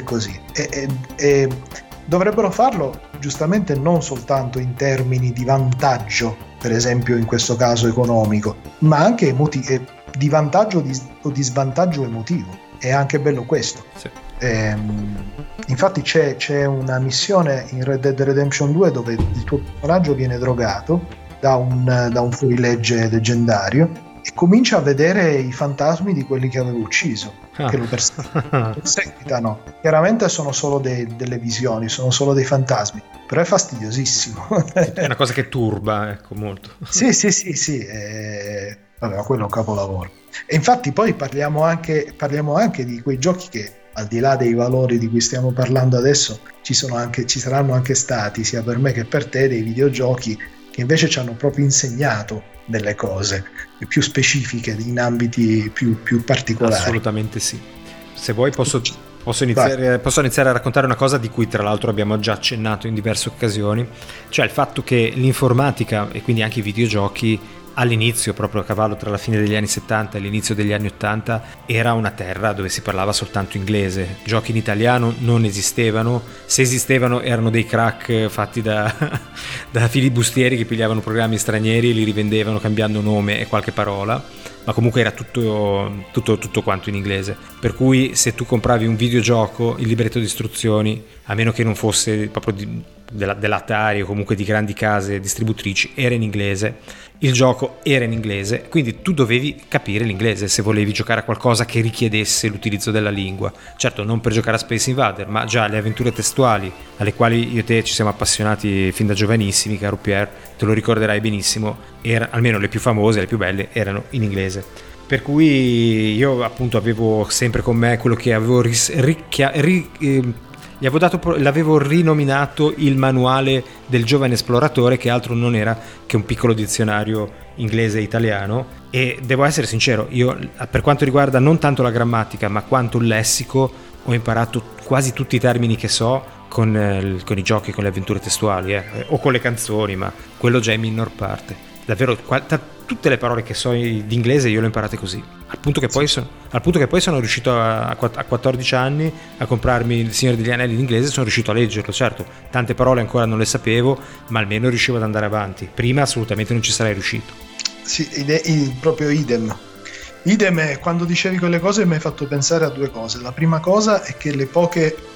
E dovrebbero farlo giustamente non soltanto in termini di vantaggio, per esempio in questo caso economico, ma anche di vantaggio o di svantaggio emotivo. È anche bello questo. Sì. Infatti c'è una missione in Red Dead Redemption 2 dove il tuo personaggio viene drogato da un fuorilegge leggendario e comincia a vedere i fantasmi di quelli che aveva ucciso, che lo perseguitano. Chiaramente sono solo delle visioni, sono solo dei fantasmi, però è fastidiosissimo. È una cosa che turba, ecco, molto. Sì. Vabbè, ma quello è un capolavoro. E infatti poi parliamo anche di quei giochi che, al di là dei valori di cui stiamo parlando adesso, ci saranno anche stati, sia per me che per te, dei videogiochi che invece ci hanno proprio insegnato delle cose più specifiche in ambiti più particolari. Assolutamente sì. Se vuoi posso iniziare a raccontare una cosa di cui tra l'altro abbiamo già accennato in diverse occasioni, cioè il fatto che l'informatica e quindi anche i videogiochi all'inizio, proprio a cavallo tra la fine degli anni 70 e l'inizio degli anni 80, era una terra dove si parlava soltanto inglese. Giochi in italiano non esistevano, se esistevano erano dei crack fatti da filibustieri che pigliavano programmi stranieri e li rivendevano cambiando nome e qualche parola, ma comunque era tutto quanto in inglese. Per cui se tu compravi un videogioco, il libretto di istruzioni, a meno che non fosse proprio dell'Atari o comunque di grandi case distributrici, era in inglese. Il gioco era in inglese, quindi tu dovevi capire l'inglese se volevi giocare a qualcosa che richiedesse l'utilizzo della lingua. Certo, non per giocare a Space Invader, ma già le avventure testuali alle quali io e te ci siamo appassionati fin da giovanissimi, caro Pier, te lo ricorderai benissimo, almeno le più famose, le più belle, erano in inglese. Per cui io appunto avevo sempre con me quello che avevo l'avevo rinominato il manuale del giovane esploratore, che altro non era che un piccolo dizionario inglese e italiano. E devo essere sincero, io per quanto riguarda non tanto la grammatica ma quanto il lessico ho imparato quasi tutti i termini che so con i giochi, con le avventure testuali o con le canzoni, ma quello già è minor parte. Davvero tutte le parole che so di inglese io le ho imparate così, al punto che poi sono riuscito a 14 anni a comprarmi Il Signore degli Anelli in inglese, sono riuscito a leggerlo. Certo, tante parole ancora non le sapevo, ma almeno riuscivo ad andare avanti. Prima assolutamente non ci sarei riuscito. Sì, proprio idem, quando dicevi quelle cose mi hai fatto pensare a due cose. La prima cosa è che le poche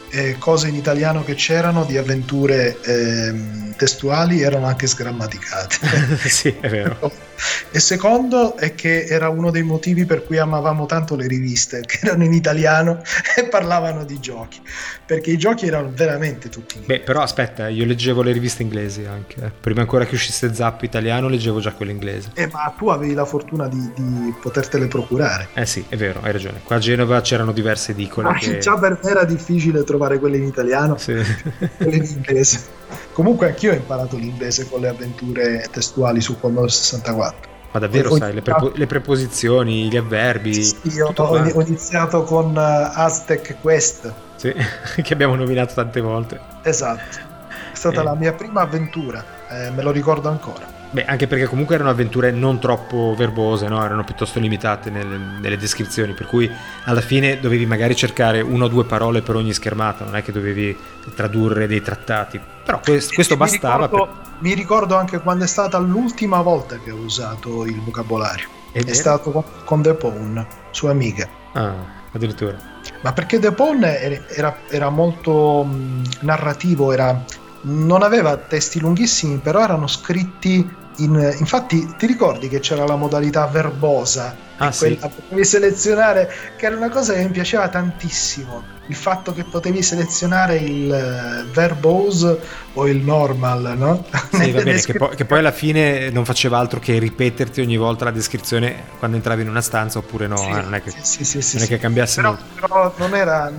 cose in italiano che c'erano di avventure testuali erano anche sgrammaticate. Sì, è vero. E secondo è che era uno dei motivi per cui amavamo tanto le riviste, che erano in italiano e parlavano di giochi, perché i giochi erano veramente tutti in inglese. Beh, però aspetta, io leggevo le riviste inglesi anche. Prima ancora che uscisse Zap italiano, leggevo già quelle inglesi. Ma tu avevi la fortuna di potertele procurare. Sì, è vero, hai ragione. Qua a Genova c'erano diverse edicole. Già per me era difficile trovare quelle in italiano, sì. Quelle in inglese. Comunque anch'io ho imparato l'inglese con le avventure testuali su Commodore 64. Ma davvero, sai, le preposizioni, gli avverbi. Sì, io ho iniziato con Aztec Quest. Sì, che abbiamo nominato tante volte. Esatto, è stata la mia prima avventura, me lo ricordo ancora. Beh, anche perché comunque erano avventure non troppo verbose, no? Erano piuttosto limitate nelle descrizioni, per cui alla fine dovevi magari cercare 1 o 2 parole per ogni schermata, non è che dovevi tradurre dei trattati, però questo bastava. Mi ricordo anche quando è stata l'ultima volta che ho usato il vocabolario, è stato con The Pawn su Amiga. Ah, addirittura. Ma perché The Pawn era molto narrativo, non aveva testi lunghissimi, però erano scritti infatti ti ricordi che c'era la modalità verbosa, sì. Potevi selezionare, che era una cosa che mi piaceva tantissimo, il fatto che potevi selezionare il verbose o il normal, no? Sì, va bene, che poi alla fine non faceva altro che ripeterti ogni volta la descrizione quando entravi in una stanza, oppure no, sì, non è che, sì, non è che cambiasse molto. Però non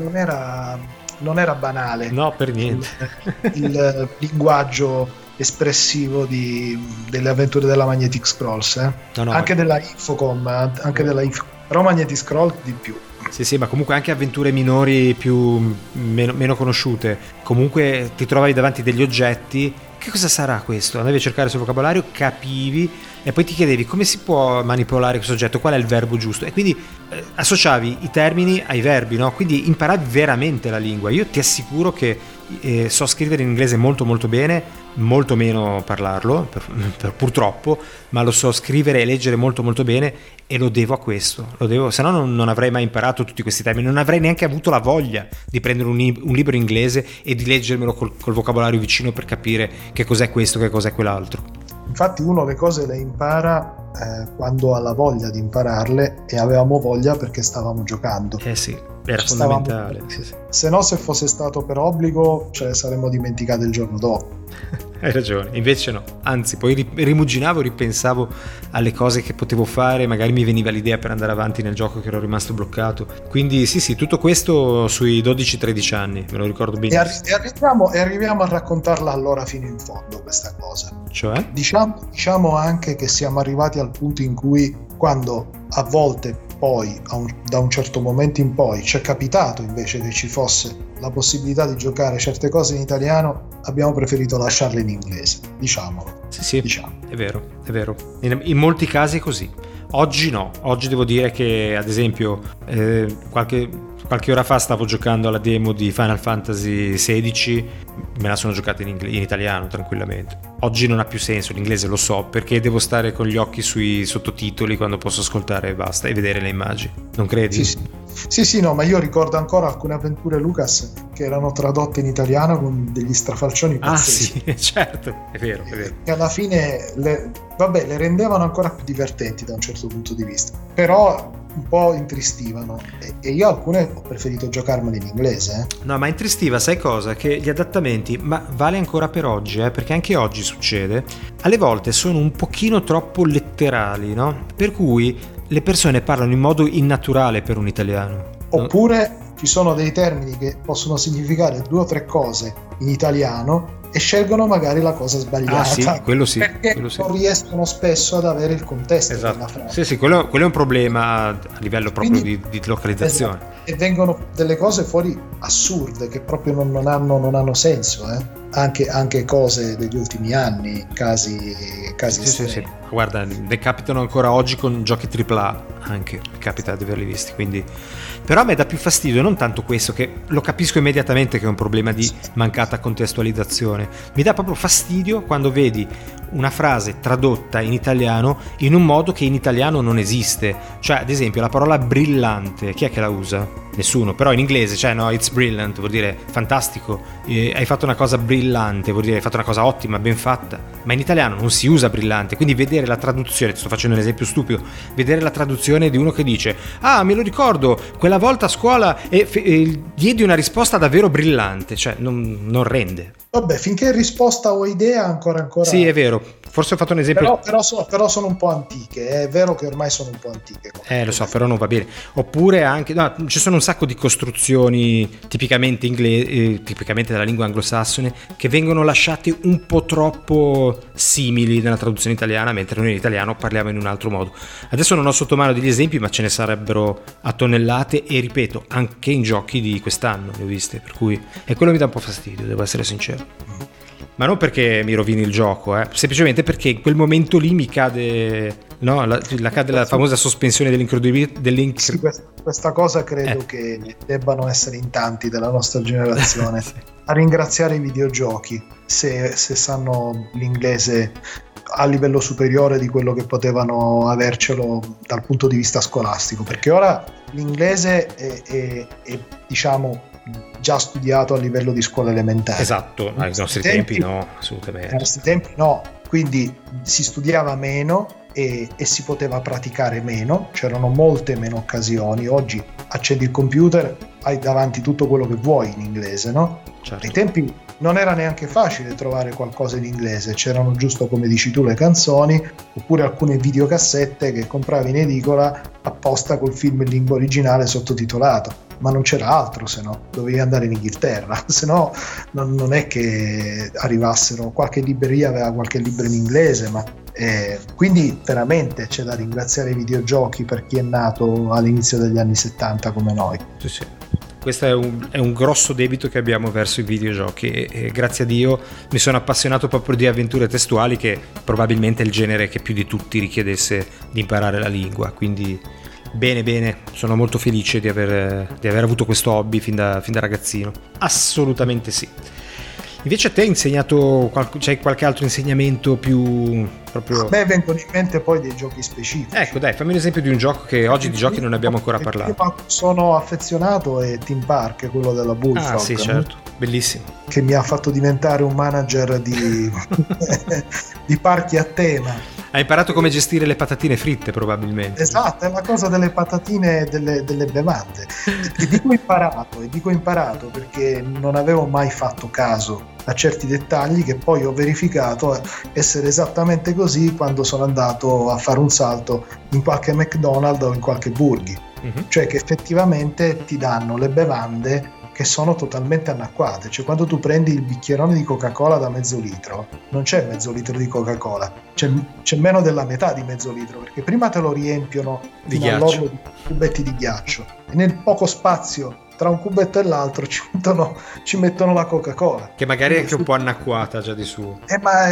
era banale. No, per niente. Il linguaggio espressivo delle avventure della Magnetic Scrolls, no, anche della Infocom, però Magnetic Scrolls di più. Sì, ma comunque anche avventure minori meno conosciute, comunque ti trovavi davanti degli oggetti. Che cosa sarà questo? Andavi a cercare sul vocabolario, capivi e poi ti chiedevi come si può manipolare questo oggetto, qual è il verbo giusto, e quindi associavi i termini ai verbi, no? Quindi imparavi veramente la lingua. Io ti assicuro che so scrivere in inglese molto molto bene, molto meno parlarlo purtroppo, ma lo so scrivere e leggere molto molto bene, e lo devo a questo, se no non avrei mai imparato tutti questi termini, non avrei neanche avuto la voglia di prendere un libro in inglese e di leggermelo col vocabolario vicino per capire che cos'è questo, che cos'è quell'altro. Infatti uno le cose le impara quando ha la voglia di impararle, e avevamo voglia perché stavamo giocando. Sì, era fondamentale. Sì. Se no, se fosse stato per obbligo, ce le saremmo dimenticate il giorno dopo. Hai ragione, invece no, anzi poi rimuginavo, ripensavo alle cose che potevo fare, magari mi veniva l'idea per andare avanti nel gioco che ero rimasto bloccato, quindi sì, tutto questo sui 12-13 anni, me lo ricordo benissimo. E arriviamo a raccontarla allora fino in fondo questa cosa. Cioè? Diciamo anche che siamo arrivati al punto in cui, quando a volte poi da un certo momento in poi ci è capitato invece che ci fosse la possibilità di giocare certe cose in italiano, abbiamo preferito lasciarle in inglese, diciamolo. Sì, diciamo. È vero. In molti casi è così. Oggi no, oggi devo dire che ad esempio qualche ora fa stavo giocando alla demo di Final Fantasy XVI, me la sono giocata in italiano tranquillamente. Oggi non ha più senso l'inglese, lo so, perché devo stare con gli occhi sui sottotitoli quando posso ascoltare e basta, e vedere le immagini, non credi? Sì, no, ma io ricordo ancora alcune avventure Lucas che erano tradotte in italiano con degli strafalcioni pazzeschi. Sì, certo, è vero. Che alla fine le rendevano ancora più divertenti da un certo punto di vista, però un po' intristivano, e io alcune ho preferito giocarmele in inglese. No, ma intristiva, sai cosa? Che gli adattamenti, ma vale ancora per oggi, perché anche oggi succede, alle volte sono un pochino troppo letterali, no? Per cui le persone parlano in modo innaturale per un italiano. Oppure ci sono dei termini che possono significare 2 o 3 cose in italiano e scelgono magari la cosa sbagliata. Quello sì. Perché non riescono spesso ad avere il contesto della frase. Sì, quello è un problema a livello proprio di localizzazione. Esatto. E vengono delle cose fuori assurde che proprio non hanno senso, anche cose degli ultimi anni, casi sì. Guarda, ne capitano ancora oggi con giochi AAA, anche capita di averli visti, quindi. Però a me dà più fastidio non tanto questo, che lo capisco immediatamente che è un problema di mancata contestualizzazione, mi dà proprio fastidio quando vedi una frase tradotta in italiano in un modo che in italiano non esiste. Cioè, ad esempio, la parola brillante, chi è che la usa? Nessuno. Però in inglese, cioè, no, it's brilliant, vuol dire fantastico, hai fatto una cosa brillante, vuol dire hai fatto una cosa ottima, ben fatta. Ma in italiano non si usa brillante, quindi vedere la traduzione, ti sto facendo un esempio stupido, vedere la traduzione di uno che dice ah, me lo ricordo, quella volta a scuola diedi una risposta davvero brillante, cioè non rende. Vabbè, finché risposta o idea ancora. Sì, è vero. Forse ho fatto un esempio. Però sono un po' antiche. È vero che ormai sono un po' antiche. Lo so, però non va bene. Oppure anche. No, ci sono un sacco di costruzioni tipicamente inglesi, tipicamente della lingua anglosassone, che vengono lasciate un po' troppo simili nella traduzione italiana, mentre noi in italiano parliamo in un altro modo. Adesso non ho sotto mano degli esempi, ma ce ne sarebbero a tonnellate. E ripeto, anche in giochi di quest'anno ne ho viste. Per cui. E quello mi dà un po' fastidio, devo essere sincero. Ma non perché mi rovini il gioco, semplicemente perché in quel momento lì mi cade, no, cade la famosa sospensione dell'incredibilità. Sì, questa cosa credo che debbano essere in tanti della nostra generazione sì. A ringraziare i videogiochi se sanno l'inglese a livello superiore di quello che potevano avercelo dal punto di vista scolastico, perché ora l'inglese è diciamo già studiato a livello di scuola elementare. Esatto, ai nostri tempi no, assolutamente. Ai nostri tempi no, quindi si studiava meno e si poteva praticare meno, c'erano molte meno occasioni. Oggi accendi il computer, hai davanti tutto quello che vuoi in inglese, no? Certo. Ai tempi non era neanche facile trovare qualcosa in inglese, c'erano giusto, come dici tu, le canzoni oppure alcune videocassette che compravi in edicola apposta col film in lingua originale sottotitolato, ma non c'era altro, se no dovevi andare in Inghilterra, se no non è che arrivassero, qualche libreria aveva qualche libro in inglese, ma quindi veramente c'è da ringraziare i videogiochi per chi è nato all'inizio degli anni 70 come noi. Sì. Questo è un grosso debito che abbiamo verso i videogiochi e grazie a Dio mi sono appassionato proprio di avventure testuali, che probabilmente è il genere che più di tutti richiedesse di imparare la lingua, quindi bene, sono molto felice di aver avuto questo hobby fin da ragazzino, assolutamente sì. Invece a te hai insegnato, c'hai qualche altro insegnamento più proprio? A me vengono in mente poi dei giochi specifici. Ecco, dai, fammi un esempio di un gioco che oggi di giochi non abbiamo ancora parlato. Io sono affezionato è Theme Park, quello della Bullfrog. Ah sì, certo, bellissimo. Che mi ha fatto diventare un manager di parchi a tema. Hai imparato come gestire le patatine fritte, probabilmente. Esatto, è la cosa delle patatine e delle bevande. E dico imparato perché non avevo mai fatto caso a certi dettagli che poi ho verificato essere esattamente così quando sono andato a fare un salto in qualche McDonald's o in qualche Burger. Cioè che effettivamente ti danno le bevande che sono totalmente anacquate, cioè quando tu prendi il bicchierone di Coca-Cola da mezzo litro, non c'è mezzo litro di Coca-Cola, c'è meno della metà di mezzo litro, perché prima te lo riempiono fino all'orlo di cubetti di ghiaccio e nel poco spazio tra un cubetto e l'altro ci mettono la Coca-Cola, che magari è anche un po' annacquata già di suo,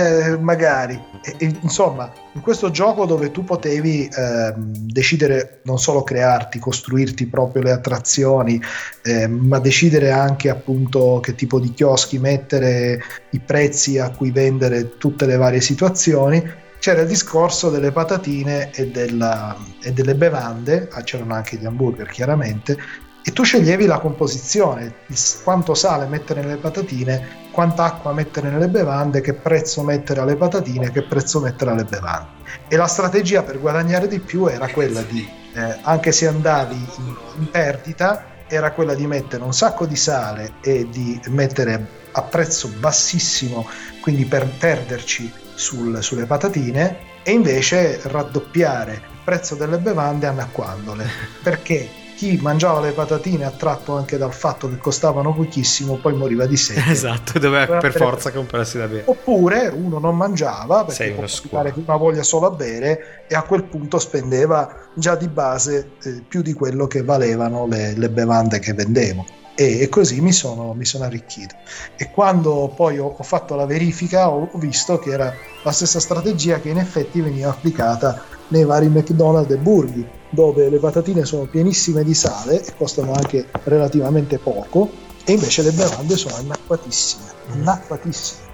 magari insomma, in questo gioco dove tu potevi decidere non solo costruirti proprio le attrazioni, ma decidere anche appunto che tipo di chioschi mettere, i prezzi a cui vendere tutte le varie situazioni, c'era il discorso delle patatine e delle bevande, c'erano anche gli hamburger chiaramente, e tu sceglievi la composizione, quanto sale mettere nelle patatine, quanta acqua mettere nelle bevande, che prezzo mettere alle patatine, che prezzo mettere alle bevande. E la strategia per guadagnare di più era quella di, anche se andavi in perdita, era quella di mettere un sacco di sale e di mettere a prezzo bassissimo, quindi per perderci sulle patatine, e invece raddoppiare il prezzo delle bevande annacquandole, perché chi mangiava le patatine, attratto anche dal fatto che costavano pochissimo, poi moriva di sete. Esatto, doveva per forza comprarsi da bere. Oppure uno non mangiava perché poteva avere una voglia solo a bere, e a quel punto spendeva già di base più di quello che valevano le bevande che vendevo. E così mi sono arricchito. E quando poi ho fatto la verifica ho visto che era la stessa strategia che in effetti veniva applicata nei vari McDonald's e Burger, dove le patatine sono pienissime di sale e costano anche relativamente poco, e invece le bevande sono annacquatissime.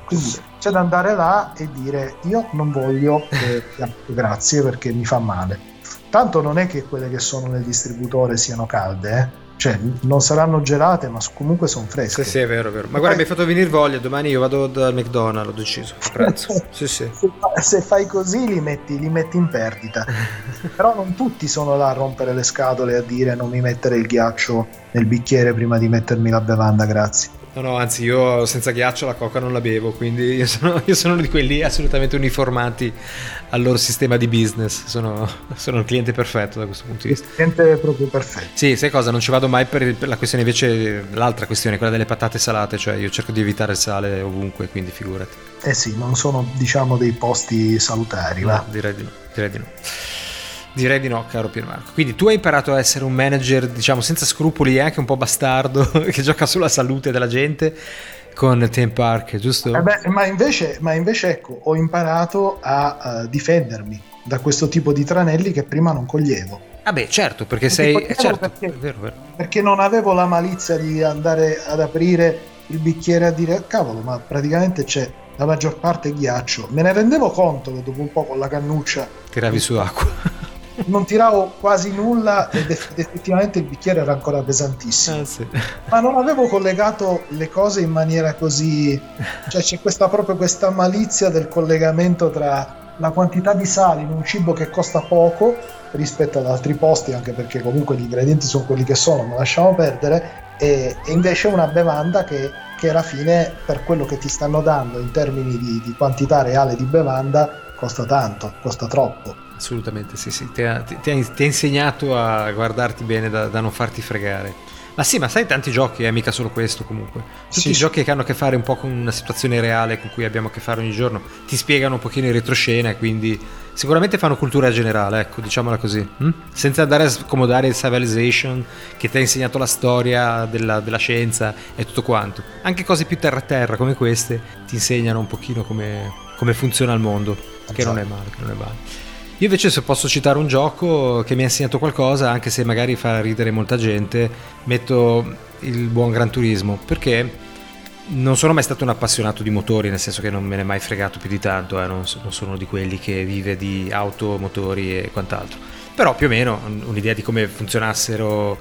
Quindi c'è da andare là e dire io non voglio, grazie, perché mi fa male. Tanto non è che quelle che sono nel distributore siano calde, cioè non saranno gelate, ma comunque sono fresche. Sì, è vero, è vero. Ma guarda, mi hai fatto venire voglia, domani io vado dal McDonald's, ho deciso, a pranzo. Sì. Se fai così li metti in perdita. Però non tutti sono là a rompere le scatole, a dire non mi mettere il ghiaccio nel bicchiere prima di mettermi la bevanda, grazie. No, anzi, io senza ghiaccio la coca non la bevo, quindi io sono uno di quelli assolutamente uniformati al loro sistema di business. Sono il cliente perfetto da questo punto di vista. Il cliente proprio perfetto. Sì, sai cosa? Non ci vado mai per la questione, invece l'altra questione, quella delle patate salate, cioè io cerco di evitare il sale ovunque, quindi figurati. Sì, non sono, diciamo, dei posti salutari, no, va? Direi di no. Direi di no, caro Piermarco. Quindi tu hai imparato a essere un manager, diciamo, senza scrupoli e anche un po' bastardo, che gioca sulla salute della gente con Theme Park, giusto? Ma invece ecco, ho imparato a difendermi da questo tipo di tranelli che prima non coglievo. Certo, perché sei... certo, perché, è vero. Perché non avevo la malizia di andare ad aprire il bicchiere e a dire cavolo, ma praticamente c'è la maggior parte ghiaccio. Me ne rendevo conto che dopo un po' con la cannuccia tiravi su acqua. Non tiravo quasi nulla ed effettivamente il bicchiere era ancora pesantissimo. Sì. Ma non avevo collegato le cose in maniera così, cioè c'è proprio questa malizia del collegamento tra la quantità di sale in un cibo che costa poco rispetto ad altri posti, anche perché comunque gli ingredienti sono quelli che sono, ma lasciamo perdere, e invece una bevanda che alla fine, per quello che ti stanno dando in termini di quantità reale di bevanda, costa tanto, costa troppo. Assolutamente, sì. Ti ha insegnato a guardarti bene, da non farti fregare. Ma sì, ma sai, tanti giochi, mica solo questo comunque. Tutti i giochi che hanno a che fare un po' con una situazione reale con cui abbiamo a che fare ogni giorno, ti spiegano un pochino in retroscena e quindi sicuramente fanno cultura generale, ecco, diciamola così. Senza andare a scomodare il Civilization che ti ha insegnato la storia della scienza e tutto quanto. Anche cose più terra come queste ti insegnano un pochino come funziona il mondo, che non è male. Io invece, se posso citare un gioco che mi ha insegnato qualcosa, anche se magari fa ridere molta gente, metto il buon Gran Turismo, perché non sono mai stato un appassionato di motori, nel senso che non me ne è mai fregato più di tanto, non sono di quelli che vive di auto, motori e quant'altro. Però più o meno un'idea di come funzionassero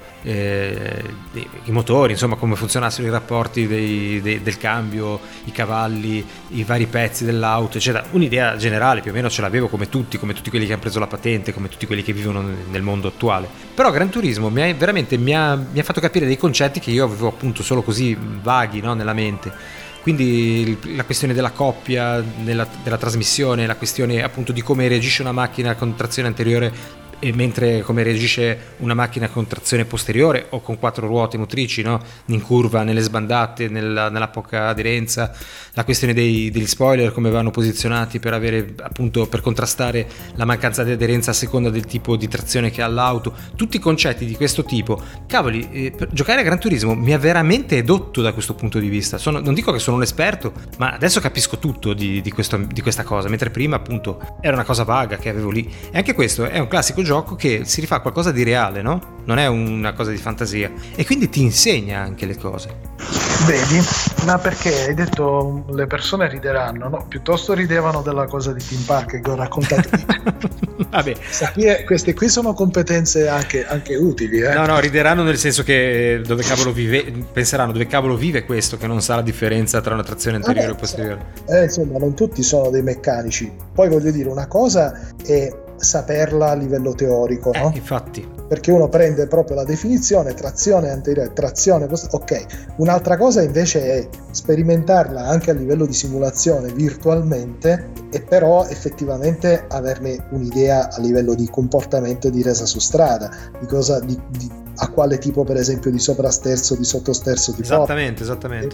i motori, insomma come funzionassero i rapporti del cambio, i cavalli, i vari pezzi dell'auto, eccetera. Un'idea generale più o meno ce l'avevo come tutti quelli che hanno preso la patente, come tutti quelli che vivono nel mondo attuale. Però Gran Turismo mi ha fatto capire dei concetti che io avevo appunto solo così vaghi, no, nella mente. Quindi la questione della coppia, della trasmissione, la questione appunto di come reagisce una macchina con trazione anteriore e mentre come reagisce una macchina con trazione posteriore o con 4 ruote motrici, no? In curva, nelle sbandate, nella poca aderenza, la questione degli spoiler, come vanno posizionati per avere appunto, per contrastare la mancanza di aderenza a seconda del tipo di trazione che ha l'auto, tutti concetti di questo tipo. Cavoli, giocare a Gran Turismo mi ha veramente edotto da questo punto di vista. Non dico che sono un esperto, ma adesso capisco tutto di questa cosa, mentre prima appunto era una cosa vaga che avevo lì. E anche questo è un classico gioco che si rifà qualcosa di reale, no? Non è una cosa di fantasia, e quindi ti insegna anche le cose. Vedi? Ma perché hai detto le persone rideranno, no? Piuttosto ridevano della cosa di Theme Park che ho raccontato. Vabbè, queste qui sono competenze anche utili, eh? No, rideranno nel senso che penseranno dove cavolo vive questo, che non sa la differenza tra una trazione anteriore e posteriore. Insomma, non tutti sono dei meccanici. Poi voglio dire, una cosa è saperla a livello teorico, no? Infatti, perché uno prende proprio la definizione trazione anteriore, trazione ok. Un'altra cosa invece è sperimentarla anche a livello di simulazione virtualmente, e però effettivamente averne un'idea a livello di comportamento e di resa su strada, di cosa a quale tipo per esempio di sovrasterzo, di sottosterzo di esattamente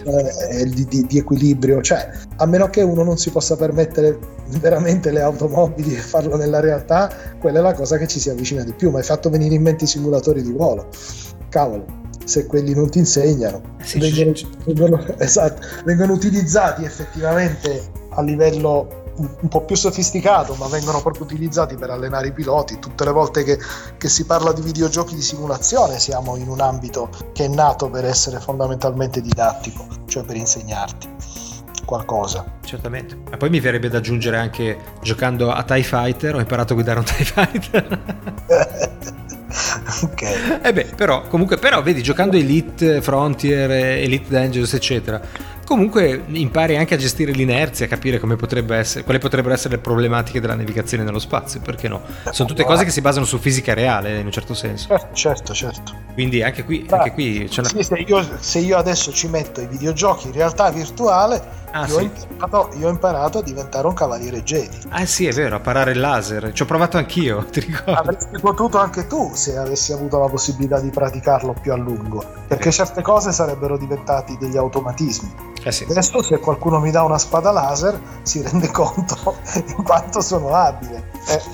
di equilibrio, cioè a meno che uno non si possa permettere veramente le automobili e farlo nella realtà, quella è la cosa che ci si avvicina di più. Ma hai fatto venire in mente i simulatori di volo, cavolo, se quelli non ti insegnano, vengono utilizzati effettivamente a livello un po' più sofisticato, ma vengono proprio utilizzati per allenare i piloti. Tutte le volte che si parla di videogiochi di simulazione siamo in un ambito che è nato per essere fondamentalmente didattico, cioè per insegnarti. qualcosa. Certamente. E poi mi verrebbe da aggiungere anche, giocando a TIE Fighter ho imparato a guidare un TIE Fighter. Ok. Però vedi, giocando Elite, Frontier, Elite Dangerous eccetera, comunque impari anche a gestire l'inerzia, a capire quali potrebbero essere le problematiche della navigazione nello spazio, perché no? Sono tutte cose che si basano su fisica reale in un certo senso. Certo. Quindi anche qui c'è sì, se io adesso ci metto i videogiochi in realtà virtuale, io ho imparato a diventare un cavaliere Jedi. Ah sì, è vero, a parare il laser, ci ho provato anch'io, ti ricordo. Avresti potuto anche tu se avessi avuto la possibilità di praticarlo più a lungo, perché certe cose sarebbero diventati degli automatismi. Sì. Adesso se qualcuno mi dà una spada laser si rende conto in quanto sono abile.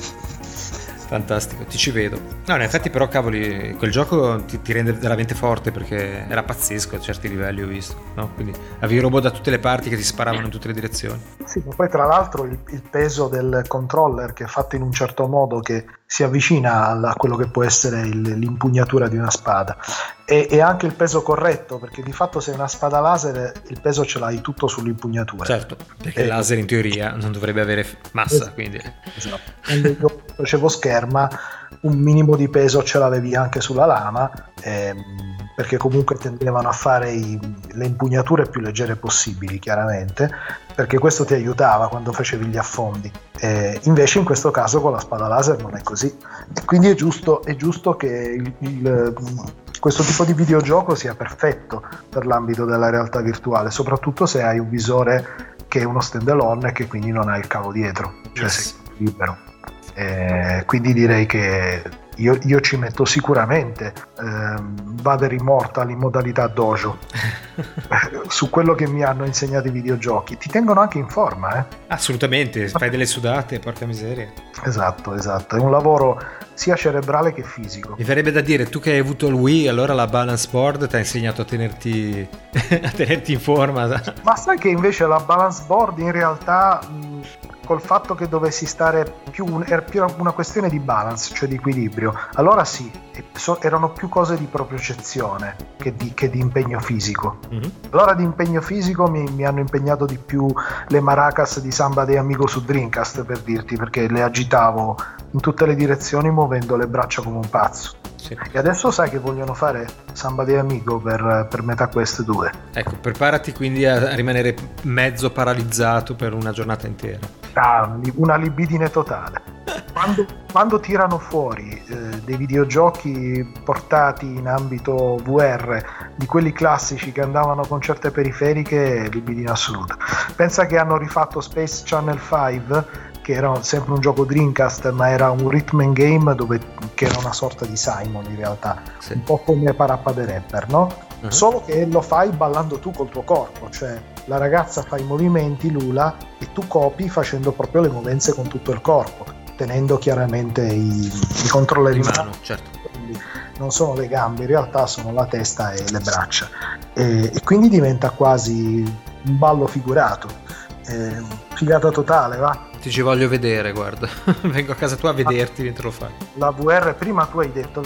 Fantastico, ti ci vedo. No, in effetti però cavoli, quel gioco ti rende veramente forte, perché era pazzesco a certi livelli, ho visto, no? Quindi avevi robot da tutte le parti che ti sparavano in tutte le direzioni. Sì, ma poi tra l'altro il peso del controller, che è fatto in un certo modo che si avvicina a quello che può essere l'impugnatura di una spada, e anche il peso corretto, perché di fatto se è una spada laser il peso ce l'hai tutto sull'impugnatura. Certo, perché il laser in teoria non dovrebbe avere massa, quindi. Esatto. Quando io facevo scherma, un minimo di peso ce l'avevi anche sulla lama, perché comunque tendevano a fare le impugnature più leggere possibili, chiaramente, perché questo ti aiutava quando facevi gli affondi. Invece in questo caso con la spada laser non è così, e quindi è giusto che questo tipo di videogioco sia perfetto per l'ambito della realtà virtuale, soprattutto se hai un visore che è uno standalone e che quindi non ha il cavo dietro, cioè sei libero. Quindi direi che io ci metto sicuramente Vader Immortal in modalità dojo su quello che mi hanno insegnato i videogiochi. Ti tengono anche in forma, Assolutamente, fai delle sudate, porca miseria. Esatto, è un lavoro sia cerebrale che fisico. Mi verrebbe da dire, tu che hai avuto il Wii, allora la balance board ti ha insegnato a tenerti in forma. Ma sai che invece la balance board in realtà, col fatto che dovessi stare era più una questione di balance, cioè di equilibrio, allora sì, erano più cose di propriocezione che di impegno fisico. Mm-hmm. Allora di impegno fisico mi hanno impegnato di più le maracas di Samba de Amigo su Dreamcast, per dirti, perché le agitavo in tutte le direzioni muovendo le braccia come un pazzo. Sì. E adesso sai che vogliono fare Samba de Amigo per MetaQuest 2. Ecco, preparati quindi a rimanere mezzo paralizzato per una giornata intera. Una libidine totale. Quando tirano fuori dei videogiochi portati in ambito VR, di quelli classici che andavano con certe periferiche, libidine assoluta. Pensa che hanno rifatto Space Channel 5, che era sempre un gioco Dreamcast, ma era un rhythm and game che era una sorta di Simon in realtà, sì. Un po' come Parappa the Rapper, no? Uh-huh. Solo che lo fai ballando tu col tuo corpo, cioè la ragazza fa i movimenti, l'ula, e tu copi facendo proprio le movenze con tutto il corpo, tenendo chiaramente i controlleri in mano, certo. Quindi non sono le gambe, in realtà sono la testa e le braccia, e quindi diventa quasi un ballo figurato. Figata totale, va? Ti ci voglio vedere, guarda. Vengo a casa tua a vederti mentre lo fai. La VR, prima tu hai detto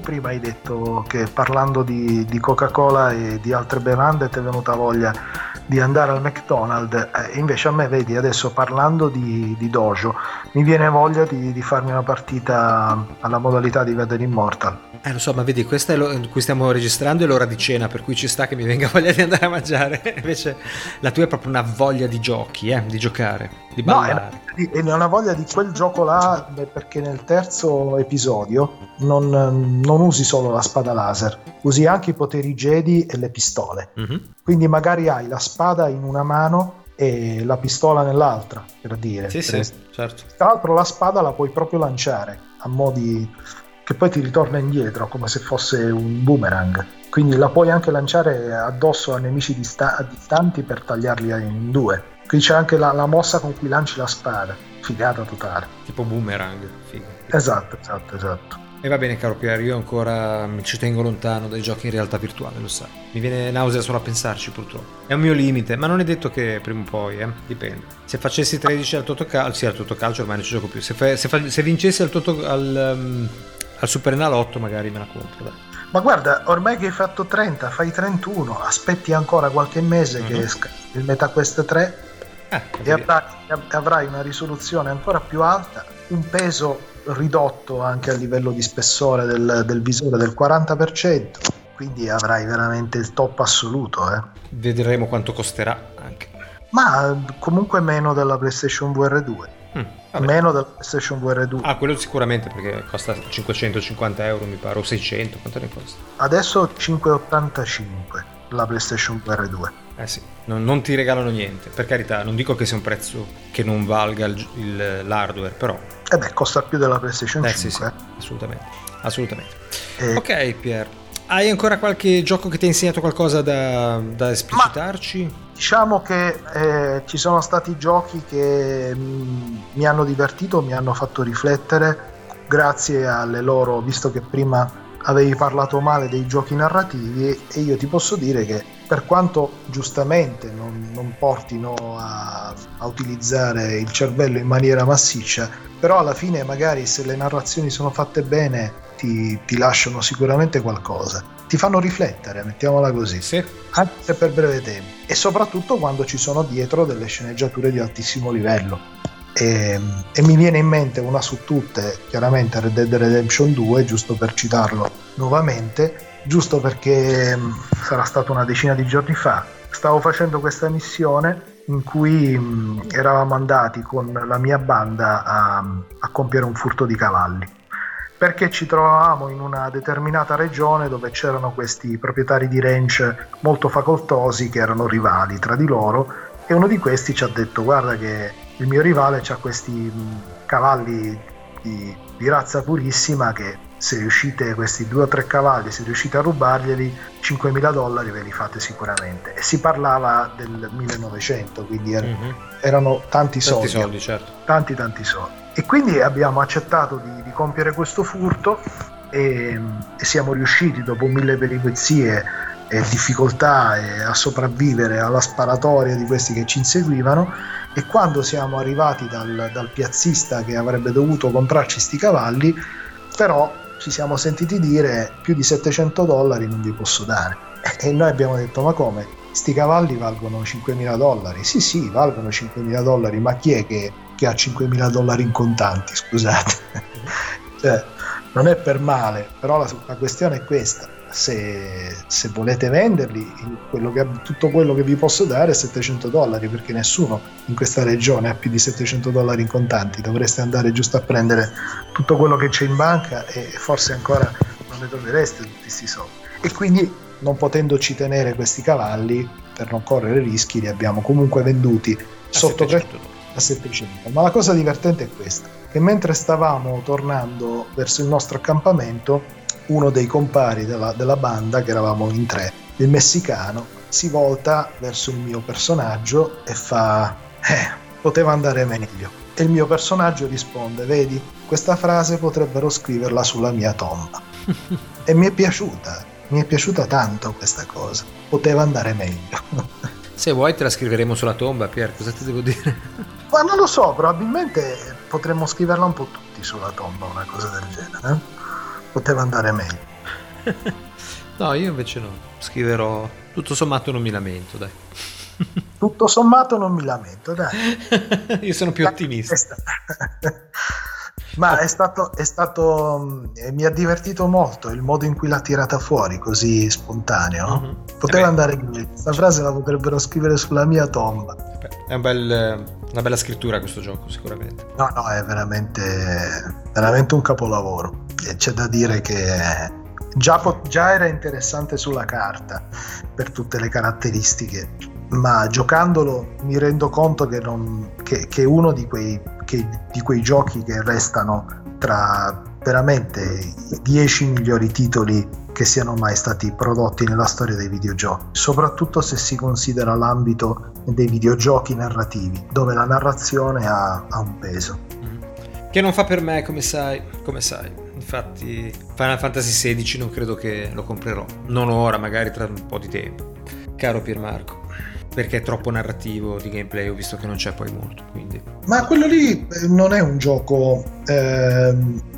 che parlando di Coca-Cola e di altre bevande ti è venuta voglia di andare al McDonald's, invece a me, vedi, adesso parlando di dojo mi viene voglia di farmi una partita alla modalità di Vader Immortal. Lo so, ma vedi, questa è cui stiamo registrando è l'ora di cena, per cui ci sta che mi venga voglia di andare a mangiare. Invece la tua è proprio una voglia di giochi, di giocare, di ballare. È una voglia di quel gioco là, perché nel terzo episodio non usi solo la spada laser, usi anche i poteri Jedi e le pistole. Mm-hmm. Quindi magari hai la spada in una mano e la pistola nell'altra, per dire. Sì, certo. Tra l'altro la spada la puoi proprio lanciare a modi che poi ti ritorna indietro come se fosse un boomerang, quindi la puoi anche lanciare addosso a nemici distanti per tagliarli in due. Qui c'è anche la mossa con cui lanci la spada, figata totale, tipo boomerang. Figa. Esatto. E va bene, caro Pier, io ancora ci tengo lontano dai giochi in realtà virtuale, lo sai. Mi viene nausea solo a pensarci, purtroppo. È un mio limite, ma non è detto che prima o poi, dipende. Se facessi 13 al Totocalcio ormai non ci gioco più. Se vincessi al Super Enalotto magari me la compro, dai. Ma guarda, ormai che hai fatto 30, fai 31, aspetti ancora qualche mese che esca il MetaQuest 3 e avrai una risoluzione ancora più alta, un peso ridotto anche a livello di spessore del visore del 40%, quindi avrai veramente il top assoluto. Vedremo quanto costerà anche. Ma comunque meno della PlayStation VR 2. Meno della PlayStation VR 2. Quello sicuramente, perché costa 550 euro mi pare, o 600, quanto ne costa? Adesso 5,85 la PlayStation VR 2. Sì, non ti regalano niente, per carità, non dico che sia un prezzo che non valga l'hardware, però costa più della PlayStation 5. Sì, assolutamente. Ok, Pier, hai ancora qualche gioco che ti ha insegnato qualcosa da esplicitarci? Diciamo che ci sono stati giochi che mi hanno divertito, mi hanno fatto riflettere grazie alle loro, visto che prima avevi parlato male dei giochi narrativi, e io ti posso dire che per quanto giustamente non portino a utilizzare il cervello in maniera massiccia, però alla fine magari se le narrazioni sono fatte bene ti lasciano sicuramente qualcosa, ti fanno riflettere, mettiamola così, sì. Anche se per breve tempo, e soprattutto quando ci sono dietro delle sceneggiature di altissimo livello. E mi viene in mente una su tutte, chiaramente Red Dead Redemption 2, giusto per citarlo nuovamente, giusto perché sarà stato una decina di giorni fa, stavo facendo questa missione in cui eravamo andati con la mia banda a compiere un furto di cavalli, perché ci trovavamo in una determinata regione dove c'erano questi proprietari di ranch molto facoltosi che erano rivali tra di loro, e uno di questi ci ha detto: guarda che il mio rivale ha questi cavalli di razza purissima, che se riuscite, questi 2 o 3 cavalli, se riuscite a rubarglieli, $5.000 ve li fate sicuramente. E si parlava del 1900, quindi erano tanti soldi, certo. tanti soldi. E quindi abbiamo accettato di compiere questo furto e siamo riusciti, dopo 1000 peripezie e difficoltà, a sopravvivere alla sparatoria di questi che ci inseguivano. E quando siamo arrivati dal piazzista che avrebbe dovuto comprarci sti cavalli, però ci siamo sentiti dire: più di $700 non vi posso dare. E noi abbiamo detto: ma come? Sti cavalli valgono $5.000? Sì, valgono $5.000, ma chi è che ha $5.000 in contanti, scusate? Cioè, non è per male, però la questione è questa: se volete venderli, tutto quello che vi posso dare è $700, perché nessuno in questa regione ha più di $700 in contanti. Dovreste andare giusto a prendere tutto quello che c'è in banca, e forse ancora non ne trovereste tutti questi soldi. E quindi, non potendoci tenere questi cavalli, per non correre rischi, li abbiamo comunque venduti sotto a 700. Ma la cosa divertente è questa: che mentre stavamo tornando verso il nostro accampamento, uno dei compari della banda, che eravamo in 3, il messicano, si volta verso il mio personaggio e fa: poteva andare meglio. E il mio personaggio risponde: vedi, questa frase potrebbero scriverla sulla mia tomba. E mi è piaciuta tanto questa cosa: poteva andare meglio. Se vuoi te la scriveremo sulla tomba, Pier, cosa ti devo dire? Ma non lo so, probabilmente potremmo scriverla un po' tutti sulla tomba, una cosa del genere. Poteva andare meglio. No, io invece no, scriverò: tutto sommato non mi lamento, dai. Tutto sommato non mi lamento, dai. Io sono più ottimista. Ma è stato mi ha divertito molto il modo in cui l'ha tirata fuori, così spontaneo. Poteva andare meglio. Questa frase la potrebbero scrivere sulla mia tomba. È una bella scrittura questo gioco, sicuramente. No, è veramente un capolavoro. E c'è da dire che già era interessante sulla carta per tutte le caratteristiche, ma giocandolo mi rendo conto che è uno di quei giochi che restano tra veramente i 10 migliori titoli che siano mai stati prodotti nella storia dei videogiochi, soprattutto se si considera l'ambito dei videogiochi narrativi, dove la narrazione ha un peso che non fa per me, come sai. Infatti Final Fantasy XVI non credo che lo comprerò, non ora, magari tra un po' di tempo, caro Piermarco, perché è troppo narrativo di gameplay. Ho visto che non c'è poi molto, quindi. Ma quello lì non è un gioco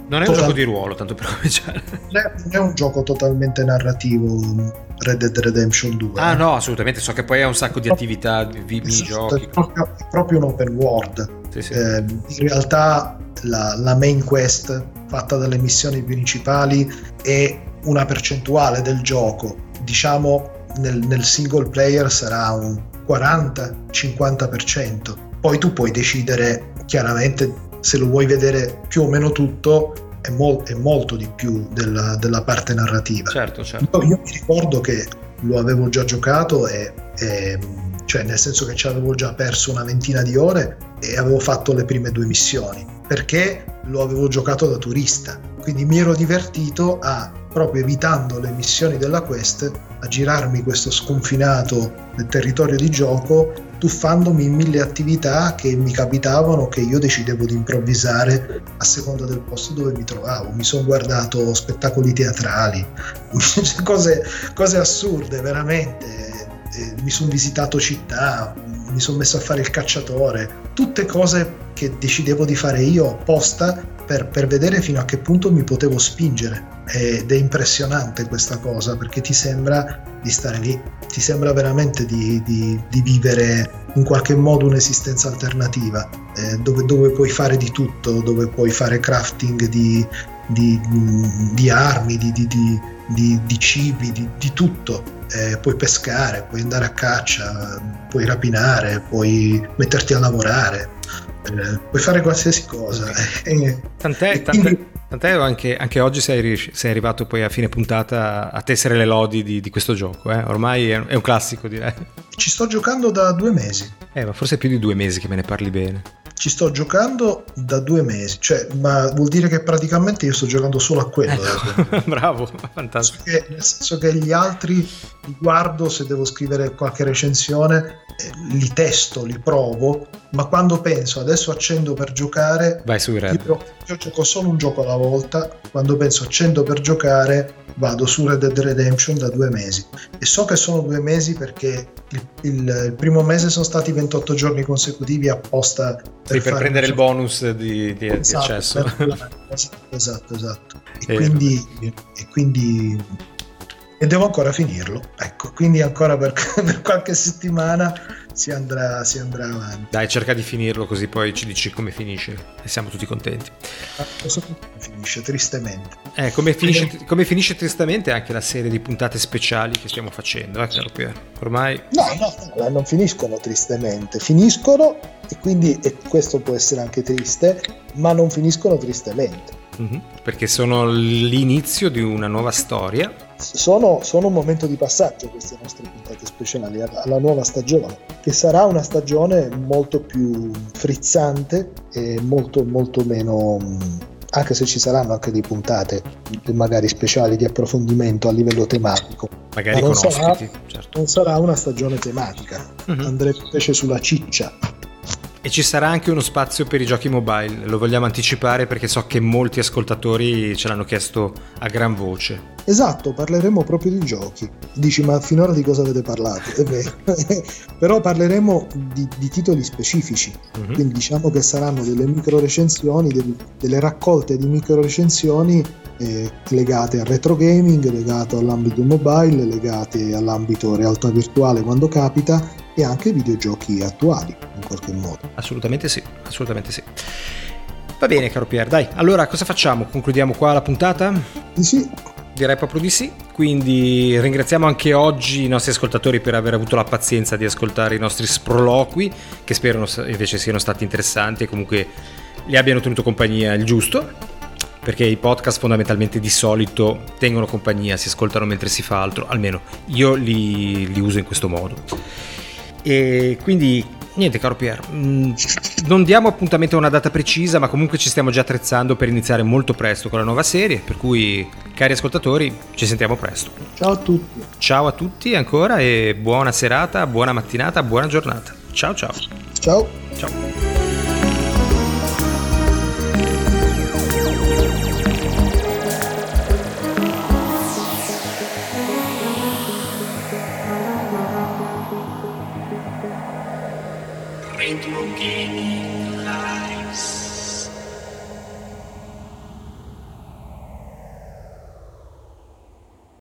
Non è un gioco di ruolo, tanto per cominciare. Non è un gioco totalmente narrativo, Red Dead Redemption 2. Ah no, assolutamente, so che poi ha un sacco di attività, di minigiochi. È proprio un open world. Sì. In realtà la main quest fatta dalle missioni principali è una percentuale del gioco. Diciamo nel single player sarà un 40-50%. Poi tu puoi decidere chiaramente se lo vuoi vedere più o meno tutto, è molto di più della parte narrativa. Certo. Io mi ricordo che lo avevo già giocato cioè nel senso che ci avevo già perso una ventina di ore e avevo fatto le prime 2 missioni perché lo avevo giocato da turista, quindi mi ero divertito proprio evitando le missioni della quest a girarmi questo sconfinato del territorio di gioco, tuffandomi in 1000 attività che mi capitavano, che io decidevo di improvvisare a seconda del posto dove mi trovavo. Mi sono guardato spettacoli teatrali, cose assurde veramente, mi sono visitato città, mi sono messo a fare il cacciatore, tutte cose che decidevo di fare io apposta per vedere fino a che punto mi potevo spingere. Ed è impressionante questa cosa, perché ti sembra di stare lì, ti sembra veramente di vivere in qualche modo un'esistenza alternativa, dove puoi fare di tutto, dove puoi fare crafting di armi, di cibi, di tutto. Puoi pescare, puoi andare a caccia, puoi rapinare, puoi metterti a lavorare, puoi fare qualsiasi cosa. Tant'è anche oggi sei arrivato poi a fine puntata a tessere le lodi di questo gioco, ormai è un classico, direi. Ci sto giocando da 2 mesi. Ma forse è più di 2 mesi che me ne parli bene. Ci sto giocando da 2 mesi, ma vuol dire che praticamente io sto giocando solo a quello. Bravo, fantastico. Nel senso che gli altri li guardo, se devo scrivere qualche recensione, li testo, li provo, ma quando penso adesso accendo per giocare, vai sui Red. Io gioco solo un gioco alla volta. Quando penso accendo per giocare, vado su Red Dead Redemption da 2 mesi, e so che sono 2 mesi perché il primo mese sono stati 28 giorni consecutivi apposta per prendere il bonus di accesso. Esatto. E devo ancora finirlo, ecco, quindi ancora per qualche settimana si andrà avanti. Dai, cerca di finirlo, così poi ci dici come finisce e siamo tutti contenti. Finisce tristemente. Come finisce tristemente anche la serie di puntate speciali che stiamo facendo, caro Pier. Ormai no, non finiscono tristemente, finiscono, e questo può essere anche triste, ma non finiscono tristemente. Perché sono l'inizio di una nuova storia. Sono un momento di passaggio queste nostre puntate speciali alla nuova stagione, che sarà una stagione molto più frizzante e molto molto meno, anche se ci saranno anche delle puntate magari speciali di approfondimento a livello tematico, magari con ospiti, certo. Non sarà una stagione tematica, andremo invece sulla ciccia. E ci sarà anche uno spazio per i giochi mobile, lo vogliamo anticipare perché so che molti ascoltatori ce l'hanno chiesto a gran voce. Esatto, parleremo proprio di giochi. Dici, ma finora di cosa avete parlato? È vero. Però parleremo di titoli specifici, quindi diciamo che saranno delle micro recensioni, delle raccolte di micro recensioni legate al retro gaming, legate all'ambito mobile, legate all'ambito realtà virtuale quando capita, e anche videogiochi attuali in qualche modo. Assolutamente sì. Va bene, caro Pier, dai, allora cosa facciamo? Concludiamo qua la puntata? Sì. Direi proprio di sì, quindi ringraziamo anche oggi i nostri ascoltatori per aver avuto la pazienza di ascoltare i nostri sproloqui, che spero invece siano stati interessanti e comunque li abbiano tenuto compagnia il giusto, perché i podcast fondamentalmente di solito tengono compagnia, si ascoltano mentre si fa altro, almeno io li uso in questo modo. E quindi niente, caro Pier, non diamo appuntamento a una data precisa, ma comunque ci stiamo già attrezzando per iniziare molto presto con la nuova serie, per cui cari ascoltatori ci sentiamo presto. Ciao a tutti ancora, e buona serata, buona mattinata, buona giornata. Ciao.